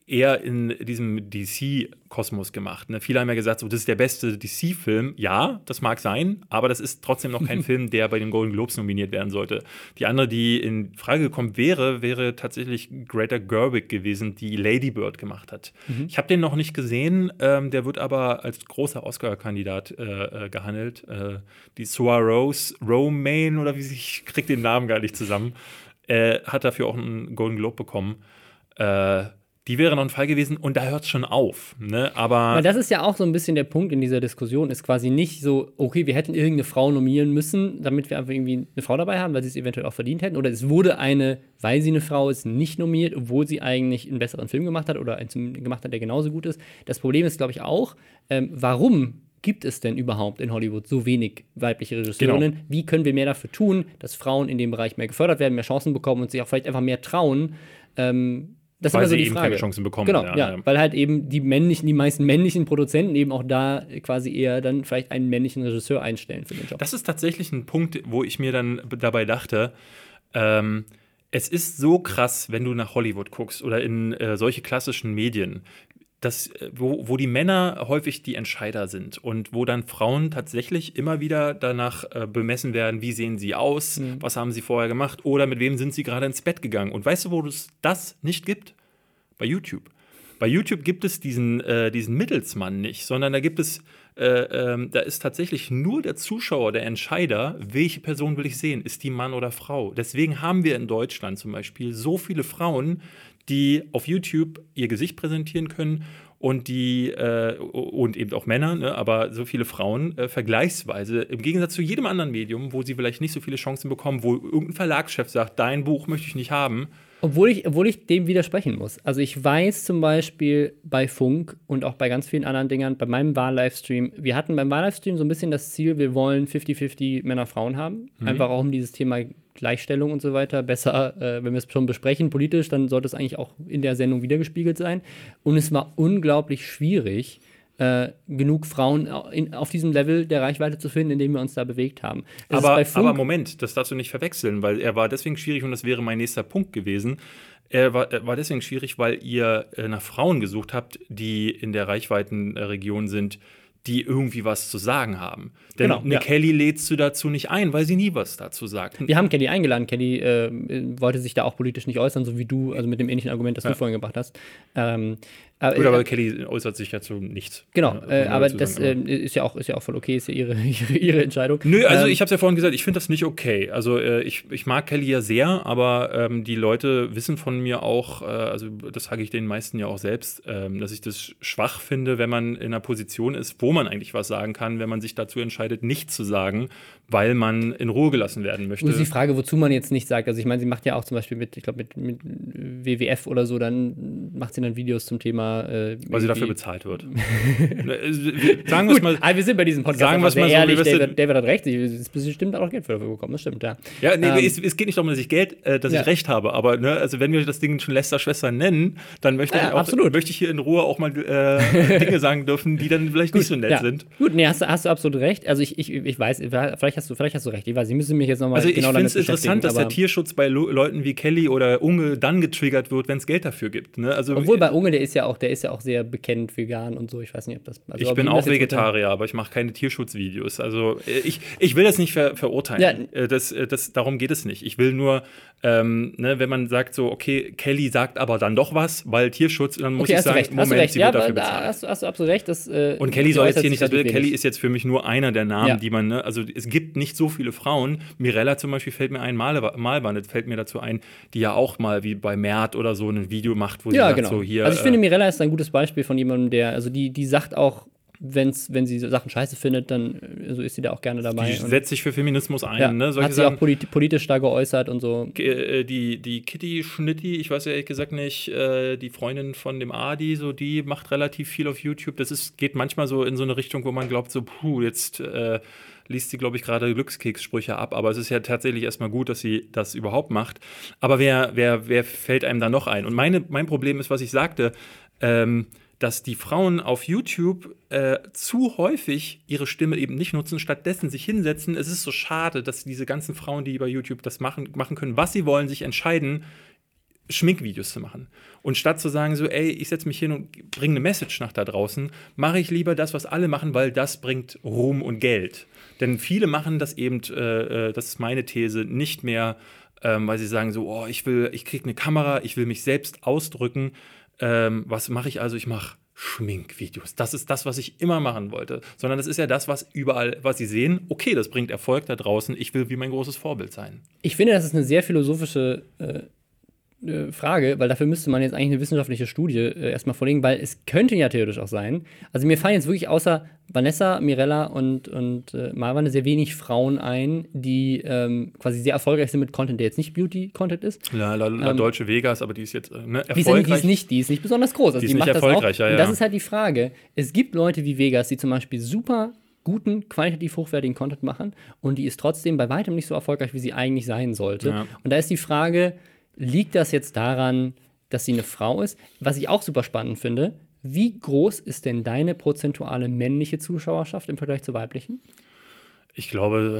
eher in diesem D C-Kosmos gemacht. Ne? Viele haben ja gesagt, so, das ist der beste D C-Film. Ja, das mag sein, aber das ist trotzdem noch kein Film, der bei den Golden Globes nominiert werden sollte. Die andere, die in Frage gekommen wäre, wäre tatsächlich Greta Gerwig gewesen, die Lady Bird gemacht hat. Mhm. Ich habe den noch nicht gesehen, ähm, der wird aber als großer Oscar-Kandidat äh, äh, gehandelt. Äh, die Saoirse Romaine, oder wie sie, ich krieg den Namen gar nicht zusammen, äh, hat dafür auch einen Golden Globe bekommen. Äh, Die wäre noch ein Fall gewesen und da hört es schon auf. Ne? Aber Weil das ist ja auch so ein bisschen der Punkt in dieser Diskussion, ist quasi nicht so, okay, wir hätten irgendeine Frau nominieren müssen, damit wir einfach irgendwie eine Frau dabei haben, weil sie es eventuell auch verdient hätten. Oder es wurde eine, weil sie eine Frau ist, nicht nominiert, obwohl sie eigentlich einen besseren Film gemacht hat oder einen gemacht hat, der genauso gut ist. Das Problem ist, glaube ich, auch, ähm, warum gibt es denn überhaupt in Hollywood so wenig weibliche Regisseurinnen? Genau. Wie können wir mehr dafür tun, dass Frauen in dem Bereich mehr gefördert werden, mehr Chancen bekommen und sich auch vielleicht einfach mehr trauen? Ähm, Das weil ist immer so sie die eben Frage. keine Chancen bekommen. Genau, ja, ja, ja. Weil halt eben die männlichen, die meisten männlichen Produzenten eben auch da quasi eher dann vielleicht einen männlichen Regisseur einstellen für den Job. Das ist tatsächlich ein Punkt, wo ich mir dann dabei dachte, ähm, es ist so krass, wenn du nach Hollywood guckst oder in äh, solche klassischen Medien, dass, wo, wo die Männer häufig die Entscheider sind und wo dann Frauen tatsächlich immer wieder danach äh, bemessen werden, wie sehen sie aus, mhm. was haben sie vorher gemacht oder mit wem sind sie gerade ins Bett gegangen. Und weißt du, wo es das nicht gibt? Bei YouTube. Bei YouTube gibt es diesen, äh, diesen Mittelsmann nicht, sondern da gibt es, äh, ähm, da ist tatsächlich nur der Zuschauer, der Entscheider, welche Person will ich sehen, ist die Mann oder Frau. Deswegen haben wir in Deutschland zum Beispiel so viele Frauen, die auf YouTube ihr Gesicht präsentieren können und die äh, und eben auch Männer, ne, aber so viele Frauen äh, vergleichsweise im Gegensatz zu jedem anderen Medium, wo sie vielleicht nicht so viele Chancen bekommen, wo irgendein Verlagschef sagt, dein Buch möchte ich nicht haben. Obwohl ich, obwohl ich dem widersprechen muss. Also ich weiß zum Beispiel bei Funk und auch bei ganz vielen anderen Dingern, bei meinem Wahl-Livestream, wir hatten beim Wahl-Livestream so ein bisschen das Ziel, wir wollen fünfzig fünfzig Männer-Frauen haben. Mhm. Einfach auch um dieses Thema Gleichstellung und so weiter besser, äh, wenn wir es schon besprechen politisch, dann sollte es eigentlich auch in der Sendung wiedergespiegelt sein. Und es war unglaublich schwierig, Äh, genug Frauen in, auf diesem Level der Reichweite zu finden, in dem wir uns da bewegt haben. Aber, aber Moment, das darfst du nicht verwechseln, weil er war deswegen schwierig und das wäre mein nächster Punkt gewesen. Er war, er war deswegen schwierig, weil ihr äh, nach Frauen gesucht habt, die in der Reichweitenregion sind, die irgendwie was zu sagen haben. Denn genau, eine ja. Kelly lädst du dazu nicht ein, weil sie nie was dazu sagt. Wir haben Kelly eingeladen. Kelly äh, wollte sich da auch politisch nicht äußern, so wie du, also mit dem ähnlichen Argument, das ja. du vorhin gebracht hast. Ähm, aber, Gut, aber äh, Kelly äußert sich ja zu nichts. Genau, äh, aber das äh, ist, ja auch, ist ja auch voll okay, ist ja ihre, ihre, ihre Entscheidung. Nö, also ähm, ich habe es ja vorhin gesagt, ich finde das nicht okay. Also äh, ich, ich mag Kelly ja sehr, aber ähm, die Leute wissen von mir auch, äh, also das sage ich den meisten ja auch selbst, äh, dass ich das schwach finde, wenn man in einer Position ist, wo man eigentlich was sagen kann, wenn man sich dazu entscheidet, nichts zu sagen, weil man in Ruhe gelassen werden möchte. Und die Frage, wozu man jetzt nicht sagt, also ich meine, sie macht ja auch zum Beispiel mit, ich glaube mit, mit W W F oder so, dann macht sie dann Videos zum Thema Äh, weil sie dafür bezahlt wird. Sagen wir mal. Aber wir sind bei diesem Podcast sagen sehr mal so, ehrlich. David, David hat recht. Es bestimmt auch Geld dafür bekommen. Das stimmt, ja. Ja, nee, ähm, es, es geht nicht darum, dass ich Geld, äh, dass ja. ich Recht habe. Aber ne, also wenn wir das Ding schon Lester-Schwester nennen, dann möchte, ja, ich auch, absolut. möchte ich hier in Ruhe auch mal äh, Dinge sagen dürfen, die dann vielleicht Gut, nicht so nett ja. sind. Gut, nee, hast du, hast du absolut recht. Also ich, ich, ich weiß, vielleicht hast du, vielleicht hast du recht. Ich weiß, ich müsste mich jetzt nochmal also genau damit beschäftigen. Also ich finde es interessant, dass der Tierschutz bei Lo- Leuten wie Kelly oder Unge dann getriggert wird, wenn es Geld dafür gibt. Ne? Also, Obwohl bei Unge, der ist ja auch, der ist ja auch sehr bekannt vegan und so. Ich weiß nicht, ob das. Also ich ob bin ihm auch das jetzt Vegetarier, aber ich mache keine Tierschutzvideos. Also ich, ich will das nicht ver- verurteilen. Ja. Das, das, darum geht es nicht. Ich will nur, ähm, ne, wenn man sagt so, okay, Kelly sagt aber dann doch was, weil Tierschutz, dann muss okay, ich hast sagen, recht, Moment, hast recht. sie Ja, wird dafür da bezahlt. hast, hast du absolut recht. Das, äh, und Kelly soll jetzt hier nicht das Bild. wenig. Kelly ist jetzt für mich nur einer der Namen, ja. die man, ne, also es gibt nicht so viele Frauen. Mirella zum Beispiel fällt mir ein, Malband fällt mir dazu ein, die ja auch mal wie bei Mert oder so ein Video macht, wo ja, sie sagt genau. so hier. Also ich finde, Mirella ist ein gutes Beispiel von jemandem, der, also die, die sagt auch, wenn's, wenn sie Sachen scheiße findet, dann also ist sie da auch gerne dabei. Die setzt sich für Feminismus ein. Ja, ne? hat sie Sachen, auch polit- politisch da geäußert und so. Die, die Kitty Schnitti, ich weiß ja ehrlich gesagt nicht, die Freundin von dem Adi, so die macht relativ viel auf YouTube. Das ist, geht manchmal so in so eine Richtung, wo man glaubt, so, puh, jetzt äh, liest sie, glaube ich, gerade Glückskekssprüche ab. Aber es ist ja tatsächlich erstmal gut, dass sie das überhaupt macht. Aber wer, wer, wer fällt einem da noch ein? Und meine, mein Problem ist, was ich sagte, ähm, dass die Frauen auf YouTube äh, zu häufig ihre Stimme eben nicht nutzen, stattdessen sich hinsetzen. Es ist so schade, dass diese ganzen Frauen, die über YouTube das machen, machen können, was sie wollen, sich entscheiden, Schminkvideos zu machen. Und statt zu sagen, so, ey, ich setze mich hin und bringe eine Message nach da draußen, mache ich lieber das, was alle machen, weil das bringt Ruhm und Geld. Denn viele machen das eben, äh, das ist meine These, nicht mehr, ähm, weil sie sagen so, oh, ich will, ich kriege eine Kamera, ich will mich selbst ausdrücken. Ähm, was mache ich also? Ich mache Schminkvideos. Das ist das, was ich immer machen wollte. Sondern das ist ja das, was überall, was sie sehen, okay, das bringt Erfolg da draußen, ich will wie mein großes Vorbild sein. Ich finde, das ist eine sehr philosophische äh Frage, weil dafür müsste man jetzt eigentlich eine wissenschaftliche Studie äh, erstmal vorlegen, weil es könnte ja theoretisch auch sein. Also mir fallen jetzt wirklich außer Vanessa, Mirella und, und äh, Marwan sehr wenig Frauen ein, die ähm, quasi sehr erfolgreich sind mit Content, der jetzt nicht Beauty-Content ist. La, la, la ähm, Deutsche Vegas, aber die ist jetzt äh, ne, die ist, erfolgreich. Die ist, nicht, die ist nicht besonders groß. Also die ist die nicht macht erfolgreich, das auch. ja, ja. Und das ist halt die Frage. Es gibt Leute wie Vegas, die zum Beispiel super guten, qualitativ hochwertigen Content machen und die ist trotzdem bei weitem nicht so erfolgreich, wie sie eigentlich sein sollte. Ja. Und da ist die Frage, liegt das jetzt daran, dass sie eine Frau ist? Was ich auch super spannend finde, wie groß ist denn deine prozentuale männliche Zuschauerschaft im Vergleich zur weiblichen? Ich glaube,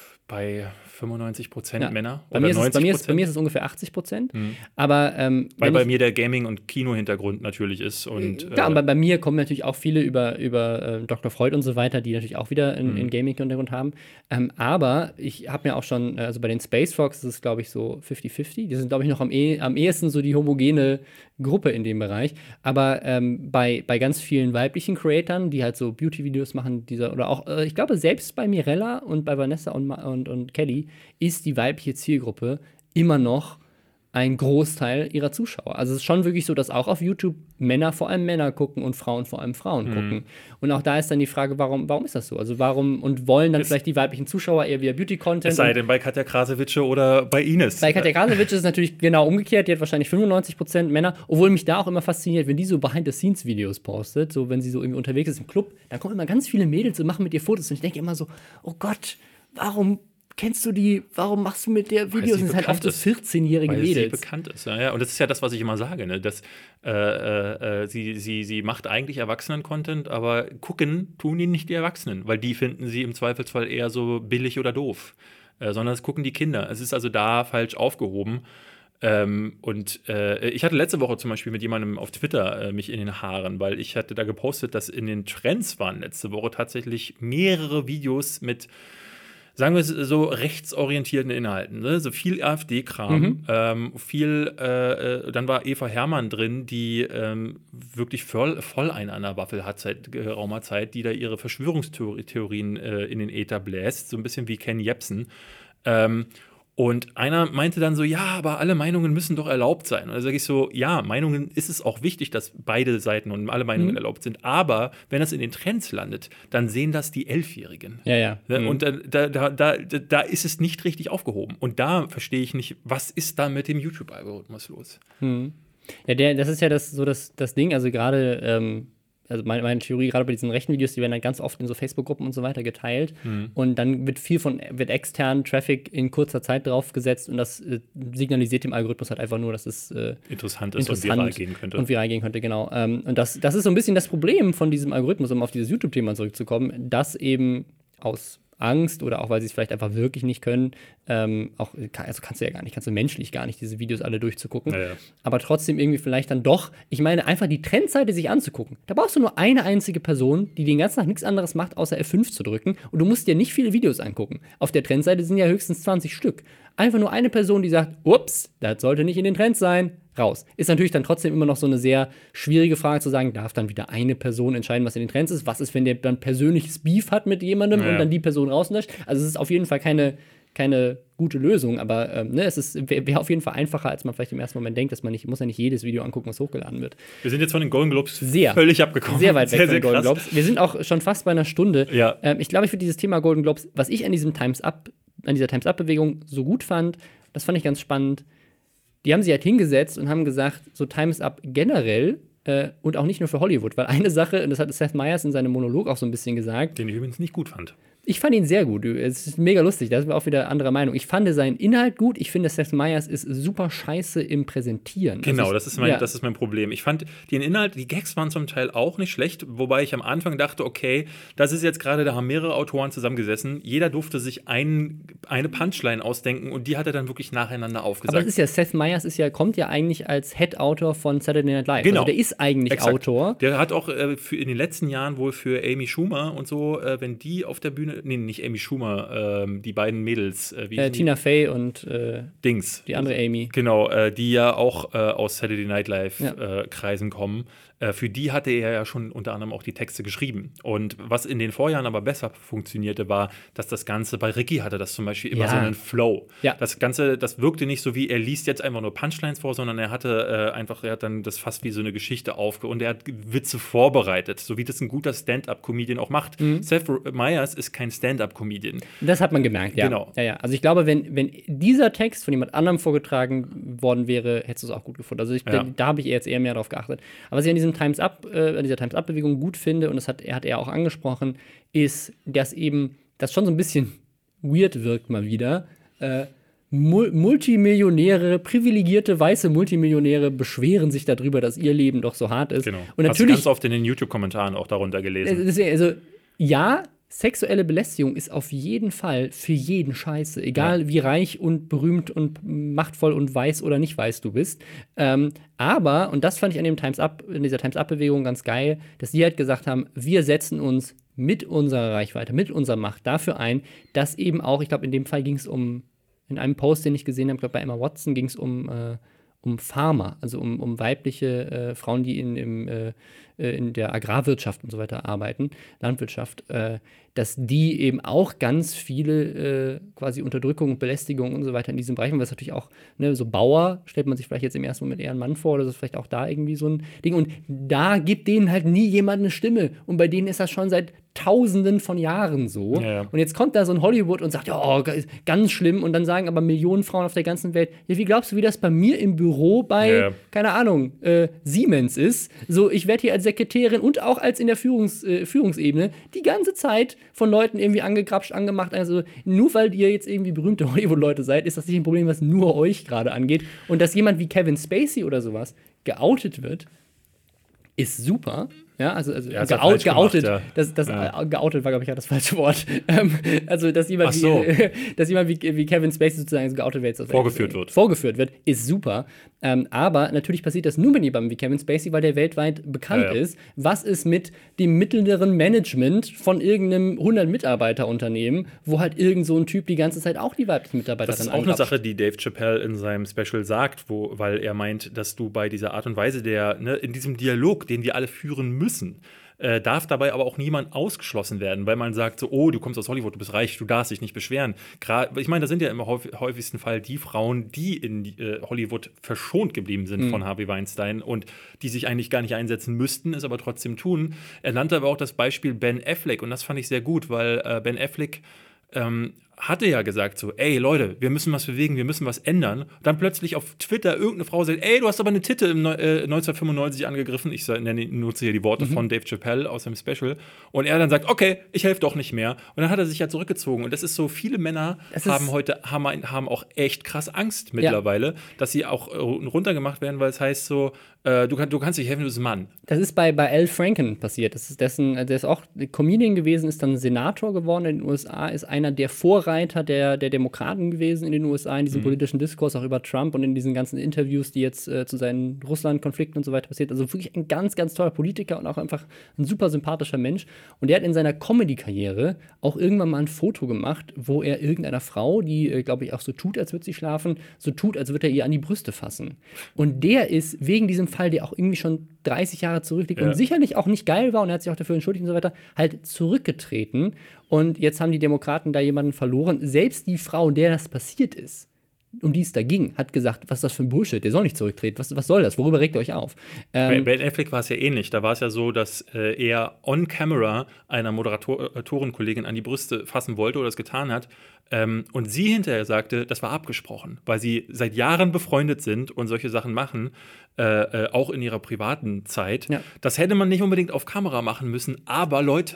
bei fünfundneunzig Prozent Ja. Männer Bei oder mir, ist es, neunzig bei, mir ist, Prozent. bei mir ist es ungefähr achtzig Prozent. Mhm. Aber ähm, Weil wenn bei ich, mir der Gaming- und Kino-Hintergrund natürlich ist. Und, ja, äh, aber bei mir kommen natürlich auch viele über, über äh, Doktor Freud und so weiter, die natürlich auch wieder in, Mhm. in Gaming-Hintergrund haben. Ähm, aber ich habe mir auch schon, also bei den Space Fox ist es, glaube ich, so fifty fifty. Die sind, glaube ich, noch am, eh, am ehesten so die homogene Gruppe in dem Bereich. Aber ähm, bei, bei ganz vielen weiblichen Creatoren, die halt so Beauty-Videos machen, dieser, oder auch, äh, ich glaube, selbst bei Mirella und bei Vanessa und, Ma- und, und Kelly ist die weibliche Zielgruppe immer noch ein Großteil ihrer Zuschauer. Also es ist schon wirklich so, dass auch auf YouTube Männer vor allem Männer gucken und Frauen vor allem Frauen Mhm. gucken. Und auch da ist dann die Frage, warum, warum ist das so? Also warum und wollen dann Es- vielleicht die weiblichen Zuschauer eher wieder Beauty-Content? es sei und denn bei Katja Krasowitsche oder bei Ines. bei Katja Krasowitsch ist es natürlich genau umgekehrt. Die hat wahrscheinlich fünfundneunzig Prozent Männer, obwohl mich da auch immer fasziniert, wenn die so Behind-the-Scenes-Videos postet, so wenn sie so irgendwie unterwegs ist im Club, dann kommen immer ganz viele Mädels und machen mit ihr Fotos. Und ich denke immer so, oh Gott, warum kennst du die, warum machst du mit der Weil Videos? sie Das sind halt bekannt oft so ist. vierzehn-jährige Weil sie Mädels. bekannt ist. Ja, ja. Und das ist ja das, was ich immer sage. Ne? Dass, äh, äh, sie, sie, sie macht eigentlich Erwachsenen-Content, aber gucken tun ihn nicht die Erwachsenen, weil die finden sie im Zweifelsfall eher so billig oder doof. Äh, sondern es gucken die Kinder. Es ist also da falsch aufgehoben. Ähm, und äh, ich hatte letzte Woche zum Beispiel mit jemandem auf Twitter äh, mich in den Haaren, weil ich hatte da gepostet, dass in den Trends waren letzte Woche tatsächlich mehrere Videos mit, sagen wir es so, rechtsorientierten Inhalten, ne? So viel AfD-Kram, Mhm. ähm, viel, äh, äh, dann war Eva Herrmann drin, die ähm, wirklich voll, voll einen an der Waffel hat seit geraumer Zeit, die da ihre Verschwörungstheorien äh, in den Äther bläst, so ein bisschen wie Ken Jebsen. Ähm, und einer meinte dann so, ja, aber alle Meinungen müssen doch erlaubt sein. Und da sage ich so, ja, Meinungen ist es auch wichtig, dass beide Seiten und alle Meinungen Mhm. erlaubt sind. Aber wenn das in den Trends landet, dann sehen das die Elfjährigen. Ja, ja. Ne? Mhm. Und da, da, da, da, da ist es nicht richtig aufgehoben. Und da verstehe ich nicht, was ist da mit dem YouTube-Algorithmus los? Mhm. Ja, der, das ist ja das, so das, das Ding, also gerade, ähm, also meine, meine Theorie, gerade bei diesen rechten Videos, die werden dann ganz oft in so Facebook-Gruppen und so weiter geteilt. Mhm. Und dann wird viel von, wird externen Traffic in kurzer Zeit draufgesetzt und das äh, signalisiert dem Algorithmus halt einfach nur, dass es äh, Interessant ist interessant und viral gehen könnte. und viral gehen könnte, genau. Ähm, und das, das ist so ein bisschen das Problem von diesem Algorithmus, um auf dieses YouTube-Thema zurückzukommen, dass eben aus Angst oder auch, weil sie es vielleicht einfach wirklich nicht können, ähm, auch, also kannst du ja gar nicht, kannst du menschlich gar nicht, diese Videos alle durchzugucken, Ja, ja. aber trotzdem irgendwie vielleicht dann doch, ich meine, einfach die Trendseite sich anzugucken. Da brauchst du nur eine einzige Person, die den ganzen Tag nichts anderes macht, außer F fünf zu drücken und du musst dir nicht viele Videos angucken. Auf der Trendseite sind ja höchstens zwanzig Stück. Einfach nur eine Person, die sagt, ups, das sollte nicht in den Trends sein, raus. Ist natürlich dann trotzdem immer noch so eine sehr schwierige Frage zu sagen, darf dann wieder eine Person entscheiden, was in den Trends ist? Was ist, wenn der dann persönliches Beef hat mit jemandem Ja. und dann die Person rauslöscht? Also es ist auf jeden Fall keine, keine gute Lösung, aber ähm, ne, es ist, wäre wär auf jeden Fall einfacher, als man vielleicht im ersten Moment denkt, dass man nicht, muss ja nicht jedes Video angucken, was hochgeladen wird. Wir sind jetzt von den Golden Globes Sehr. völlig abgekommen. Sehr weit weg sehr, von den sehr Golden krass. Globes. Wir sind auch schon fast bei einer Stunde. Ja. Ähm, ich glaube, ich würde dieses Thema Golden Globes, was ich an diesem Times Up, an dieser Times Up-Bewegung so gut fand, das fand ich ganz spannend. Die haben sich halt hingesetzt und haben gesagt, so Times Up generell äh, und auch nicht nur für Hollywood, weil eine Sache, und das hat Seth Meyers in seinem Monolog auch so ein bisschen gesagt, Den ich übrigens nicht gut fand. Ich fand ihn sehr gut. Es ist mega lustig. Da sind wir auch wieder anderer Meinung. Ich fand seinen Inhalt gut. Ich finde, Seth Meyers ist super scheiße im Präsentieren. Genau, also ich, das, ist mein, ja. das ist mein Problem. Ich fand den Inhalt, die Gags waren zum Teil auch nicht schlecht, wobei ich am Anfang dachte, okay, das ist jetzt gerade, da haben mehrere Autoren zusammengesessen. Jeder durfte sich ein, eine Punchline ausdenken und die hat er dann wirklich nacheinander aufgesagt. Aber es ist ja, Seth Meyers ist ja, kommt ja eigentlich als Head-Autor von Saturday Night Live. Genau. Also der ist eigentlich Exakt. Autor. Der hat auch äh, für in den letzten Jahren wohl für Amy Schumer und so, äh, wenn die auf der Bühne, nee, nicht Amy Schumer, äh, die beiden Mädels, äh, wie äh, Tina Fey und äh, Dings. die andere Amy. Genau, äh, die ja auch äh, aus Saturday Night Live Ja. äh, Kreisen kommen. Äh, für die hatte er ja schon unter anderem auch die Texte geschrieben. Und was in den Vorjahren aber besser funktionierte, war, dass das Ganze, bei Ricky hatte das zum Beispiel immer Ja. so einen Flow. Ja. Das Ganze, das wirkte nicht so wie, er liest jetzt einfach nur Punchlines vor, sondern er hatte äh, einfach, er hat dann das fast wie so eine Geschichte aufge... Und er hat Witze vorbereitet, so wie das ein guter Stand-Up-Comedian auch macht. Mhm. Seth Meyers ist kein Stand-Up-Comedian. Das hat man gemerkt, ja. Genau. Ja, ja. Also ich glaube, wenn, wenn dieser Text von jemand anderem vorgetragen worden wäre, hättest du es auch gut gefunden. Also ich, Ja. da, da habe ich jetzt eher mehr drauf geachtet. Aber was ich an diesem Times Up, äh, an dieser Times Up-Bewegung gut finde, und das hat er hat er auch angesprochen, ist, dass eben das schon so ein bisschen weird wirkt mal wieder. Äh, Mul- Multimillionäre, privilegierte weiße Multimillionäre beschweren sich darüber, dass ihr Leben doch so hart ist. Genau. Und Hast du natürlich ganz oft in den YouTube-Kommentaren auch darunter gelesen. Deswegen, also, ja, sexuelle Belästigung ist auf jeden Fall für jeden scheiße. Egal Ja. wie reich und berühmt und machtvoll und weiß oder nicht weiß du bist. Ähm, aber, und das fand ich an dem Times Up, in dieser Times Up-Bewegung ganz geil, dass die halt gesagt haben, wir setzen uns mit unserer Reichweite, mit unserer Macht dafür ein, dass eben auch, ich glaube, in dem Fall ging es um, in einem Post, den ich gesehen habe, ich glaube, bei Emma Watson ging es um äh, um Farmer, also um, um weibliche äh, Frauen, die in, im, äh, in der Agrarwirtschaft und so weiter arbeiten, Landwirtschaft, äh, dass die eben auch ganz viele äh, quasi Unterdrückung, Belästigung und so weiter in diesem Bereich haben, was natürlich auch, ne, so Bauer, stellt man sich vielleicht jetzt im ersten Moment eher einen Mann vor, oder ist vielleicht auch da irgendwie so ein Ding. Und da gibt denen halt nie jemand eine Stimme. Und bei denen ist das schon seit Tausenden von Jahren so. Ja, ja. Und jetzt kommt da so ein Hollywood und sagt, ja, oh, ganz schlimm. Und dann sagen aber Millionen Frauen auf der ganzen Welt, ja, wie glaubst du, wie das bei mir im Büro bei, Ja. keine Ahnung, äh, Siemens ist? So, ich werde hier als Sekretärin und auch als in der Führungs, äh, Führungsebene die ganze Zeit von Leuten irgendwie angegrapscht, angemacht. Also nur weil ihr jetzt irgendwie berühmte Hollywood-Leute seid, ist das nicht ein Problem, was nur euch gerade angeht. Und dass jemand wie Kevin Spacey oder sowas geoutet wird, ist super. Ja, also, also Er hat's ja geout, falsch geoutet, gemacht, ja. das, das Ja. äh, geoutet war, glaube ich, ja das falsche Wort. Ähm, also, dass jemand, Ach so. wie, dass jemand wie, wie Kevin Spacey sozusagen so geoutet wird, Vorgeführt wird. vorgeführt wird, ist super. Ähm, aber natürlich passiert das nur mit jemandem wie Kevin Spacey, weil der weltweit bekannt Ja, ja. ist. Was ist mit dem mittleren Management von irgendeinem hundert-Mitarbeiter-Unternehmen, wo halt irgend so ein Typ die ganze Zeit auch die weiblichen Mitarbeiter Das ist dann auch eine angrapscht? Sache, die Dave Chappelle in seinem Special sagt, wo, weil er meint, dass du bei dieser Art und Weise der, ne, in diesem Dialog, den wir alle führen müssen, äh, darf dabei aber auch niemand ausgeschlossen werden, weil man sagt so, oh, du kommst aus Hollywood, du bist reich, du darfst dich nicht beschweren. Gra- ich meine, da sind ja im häufig, häufigsten Fall die Frauen, die in äh, Hollywood verschont geblieben sind Mhm. von Harvey Weinstein und die sich eigentlich gar nicht einsetzen müssten, es aber trotzdem tun. Er nannte aber auch das Beispiel Ben Affleck und das fand ich sehr gut, weil äh, Ben Affleck ähm, hatte ja gesagt so, ey Leute, wir müssen was bewegen, wir müssen was ändern. Dann plötzlich auf Twitter irgendeine Frau sagt, ey, du hast aber eine Titte im Neu- äh, neunzehnhundertfünfundneunzig angegriffen. Ich nenne, nutze hier die Worte von Dave Chappelle aus dem Special. Und er dann sagt, okay, ich helfe doch nicht mehr. Und dann hat er sich ja zurückgezogen. Und das ist so, viele Männer Das ist- haben heute, haben, haben auch echt krass Angst mittlerweile, dass sie auch äh, runtergemacht werden, weil es heißt so, äh, du, kann, du kannst nicht helfen, du bist ein Mann. Das ist bei, bei Al Franken passiert. Das ist dessen, der ist auch Comedian gewesen, ist dann Senator geworden in den U S A, ist einer der Vorreiter der, der Demokraten gewesen in den U S A, in diesem politischen Diskurs, auch über Trump und in diesen ganzen Interviews, die jetzt äh, zu seinen Russland-Konflikten und so weiter passiert. Also wirklich ein ganz, ganz toller Politiker und auch einfach ein super sympathischer Mensch. Und der hat in seiner Comedy-Karriere auch irgendwann mal ein Foto gemacht, wo er irgendeiner Frau, die, äh, glaube ich, auch so tut, als würde sie schlafen, so tut, als würde er ihr an die Brüste fassen. Und der ist wegen diesem Fall, der auch irgendwie schon dreißig Jahre zurückliegt Ja. und sicherlich auch nicht geil war und er hat sich auch dafür entschuldigt und so weiter, halt zurückgetreten. Und jetzt haben die Demokraten da jemanden verloren. Selbst die Frau, der das passiert ist, um die es da ging, hat gesagt, was ist das für ein Bullshit, der soll nicht zurücktreten. Was, was soll das? Worüber regt ihr euch auf? Bei Ähm, Ben Affleck war es ja ähnlich. Da war es ja so, dass äh, er on camera einer Moderatorenkollegin an die Brüste fassen wollte oder es getan hat. Ähm, und sie hinterher sagte, das war abgesprochen, weil sie seit Jahren befreundet sind und solche Sachen machen, äh, äh, auch in ihrer privaten Zeit. Ja. Das hätte man nicht unbedingt auf Kamera machen müssen, aber Leute.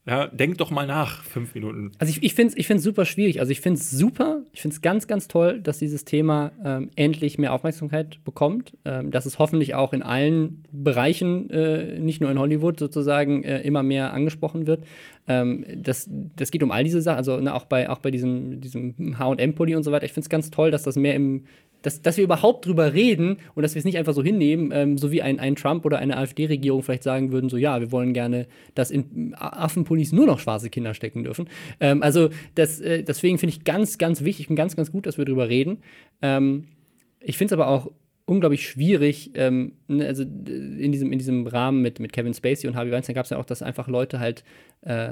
Ja, denk doch mal nach, fünf Minuten. Also ich, ich finde es ich find's super schwierig. Also ich finde es super, ich finde es ganz, ganz toll, dass dieses Thema ähm, endlich mehr Aufmerksamkeit bekommt. Ähm, dass es hoffentlich auch in allen Bereichen, äh, nicht nur in Hollywood sozusagen, äh, immer mehr angesprochen wird. Ähm, das, das geht um all diese Sachen, also ne, auch bei, auch bei diesem, diesem H und M-Pulli und so weiter. Ich finde es ganz toll, dass das mehr im Dass, dass wir überhaupt drüber reden und dass wir es nicht einfach so hinnehmen, ähm, so wie ein, ein Trump oder eine AfD-Regierung vielleicht sagen würden, so ja, wir wollen gerne, dass in Affenpullis nur noch schwarze Kinder stecken dürfen. Ähm, also das, äh, deswegen finde ich ganz, ganz wichtig und ganz, ganz gut, dass wir drüber reden. Ähm, ich finde es aber auch unglaublich schwierig, ähm, ne, also in diesem, in diesem Rahmen mit, mit Kevin Spacey und Harvey Weinstein gab es ja auch, dass einfach Leute halt äh,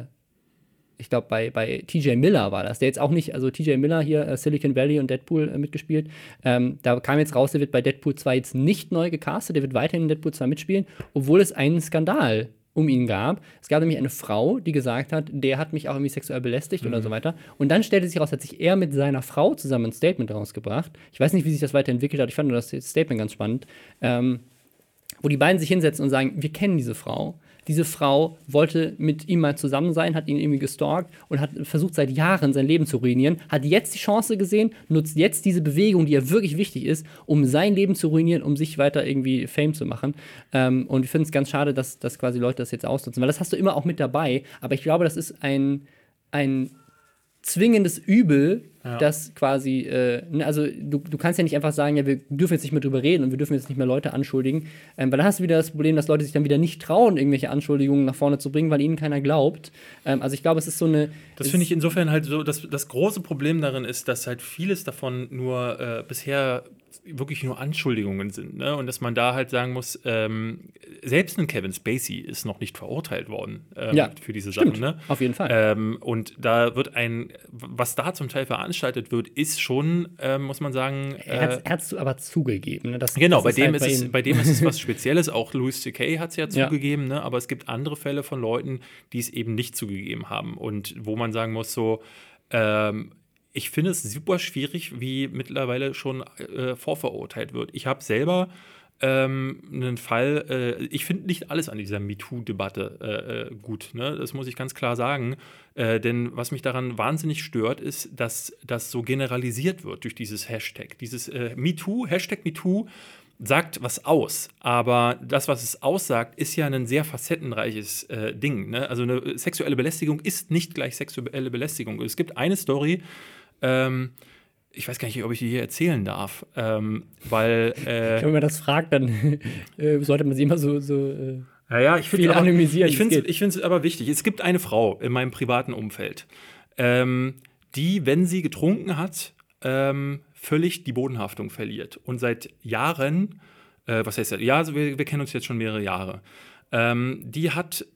ich glaube, bei, bei T J Miller war das, der jetzt auch nicht, also T J Miller hier, äh, Silicon Valley und Deadpool äh, mitgespielt. Ähm, da kam jetzt raus, der wird bei Deadpool zwei jetzt nicht neu gecastet, der wird weiterhin in Deadpool zwei mitspielen, obwohl es einen Skandal um ihn gab. Es gab nämlich eine Frau, die gesagt hat, der hat mich auch irgendwie sexuell belästigt mhm. oder so weiter. Und dann stellte sich raus, hat sich er mit seiner Frau zusammen ein Statement rausgebracht. Ich weiß nicht, wie sich das weiterentwickelt hat, ich fand nur das Statement ganz spannend, ähm, wo die beiden sich hinsetzen und sagen, wir kennen diese Frau. Diese Frau wollte mit ihm mal zusammen sein, hat ihn irgendwie gestalkt und hat versucht, seit Jahren sein Leben zu ruinieren, hat jetzt die Chance gesehen, nutzt jetzt diese Bewegung, die ja wirklich wichtig ist, um sein Leben zu ruinieren, um sich weiter irgendwie Fame zu machen. Ähm, und ich finde es ganz schade, dass, dass quasi Leute das jetzt ausnutzen, weil das hast du immer auch mit dabei. Aber ich glaube, das ist ein, ein zwingendes Übel, ja. das quasi, äh, ne, also du, du kannst ja nicht einfach sagen, ja, wir dürfen jetzt nicht mehr drüber reden und wir dürfen jetzt nicht mehr Leute anschuldigen, ähm, weil dann hast du wieder das Problem, dass Leute sich dann wieder nicht trauen, irgendwelche Anschuldigungen nach vorne zu bringen, weil ihnen keiner glaubt. Ähm, also ich glaube, es ist so eine Das finde ich insofern halt so, dass das große Problem darin ist, dass halt vieles davon nur äh, bisher wirklich nur Anschuldigungen sind, ne? Und dass man da halt sagen muss, ähm, selbst ein Kevin Spacey ist noch nicht verurteilt worden ähm, ja, für diese stimmt, Sachen, ne? Auf jeden Fall. Ähm, und da wird ein, was da zum Teil veranstaltet wird, ist schon, ähm, muss man sagen, er hat es äh, aber zugegeben, ne? Das, genau, das bei, ist dem halt ist es, bei dem ist es was Spezielles. Auch Louis C K hat es ja zugegeben, ja. Ne? Aber es gibt andere Fälle von Leuten, die es eben nicht zugegeben haben und wo man sagen muss, so ähm, ich finde es super schwierig, wie mittlerweile schon äh, vorverurteilt wird. Ich habe selber ähm, einen Fall, äh, ich finde nicht alles an dieser MeToo-Debatte äh, gut, ne? Das muss ich ganz klar sagen. Äh, denn was mich daran wahnsinnig stört, ist, dass das so generalisiert wird durch dieses Hashtag. Dieses äh, MeToo, Hashtag MeToo, sagt was aus, aber das, was es aussagt, ist ja ein sehr facettenreiches äh, Ding. Ne? Also eine sexuelle Belästigung ist nicht gleich sexuelle Belästigung. Es gibt eine Story, ähm, ich weiß gar nicht, ob ich die hier erzählen darf, ähm, weil äh, wenn man das fragt, dann äh, sollte man sie immer so, so äh, ja, ja, ich viel aber, anonymisieren. Ich finde es aber wichtig. Es gibt eine Frau in meinem privaten Umfeld, ähm, die, wenn sie getrunken hat, ähm, völlig die Bodenhaftung verliert. Und seit Jahren, äh, was heißt das? Ja, also wir, wir kennen uns jetzt schon mehrere Jahre. Ähm, die hat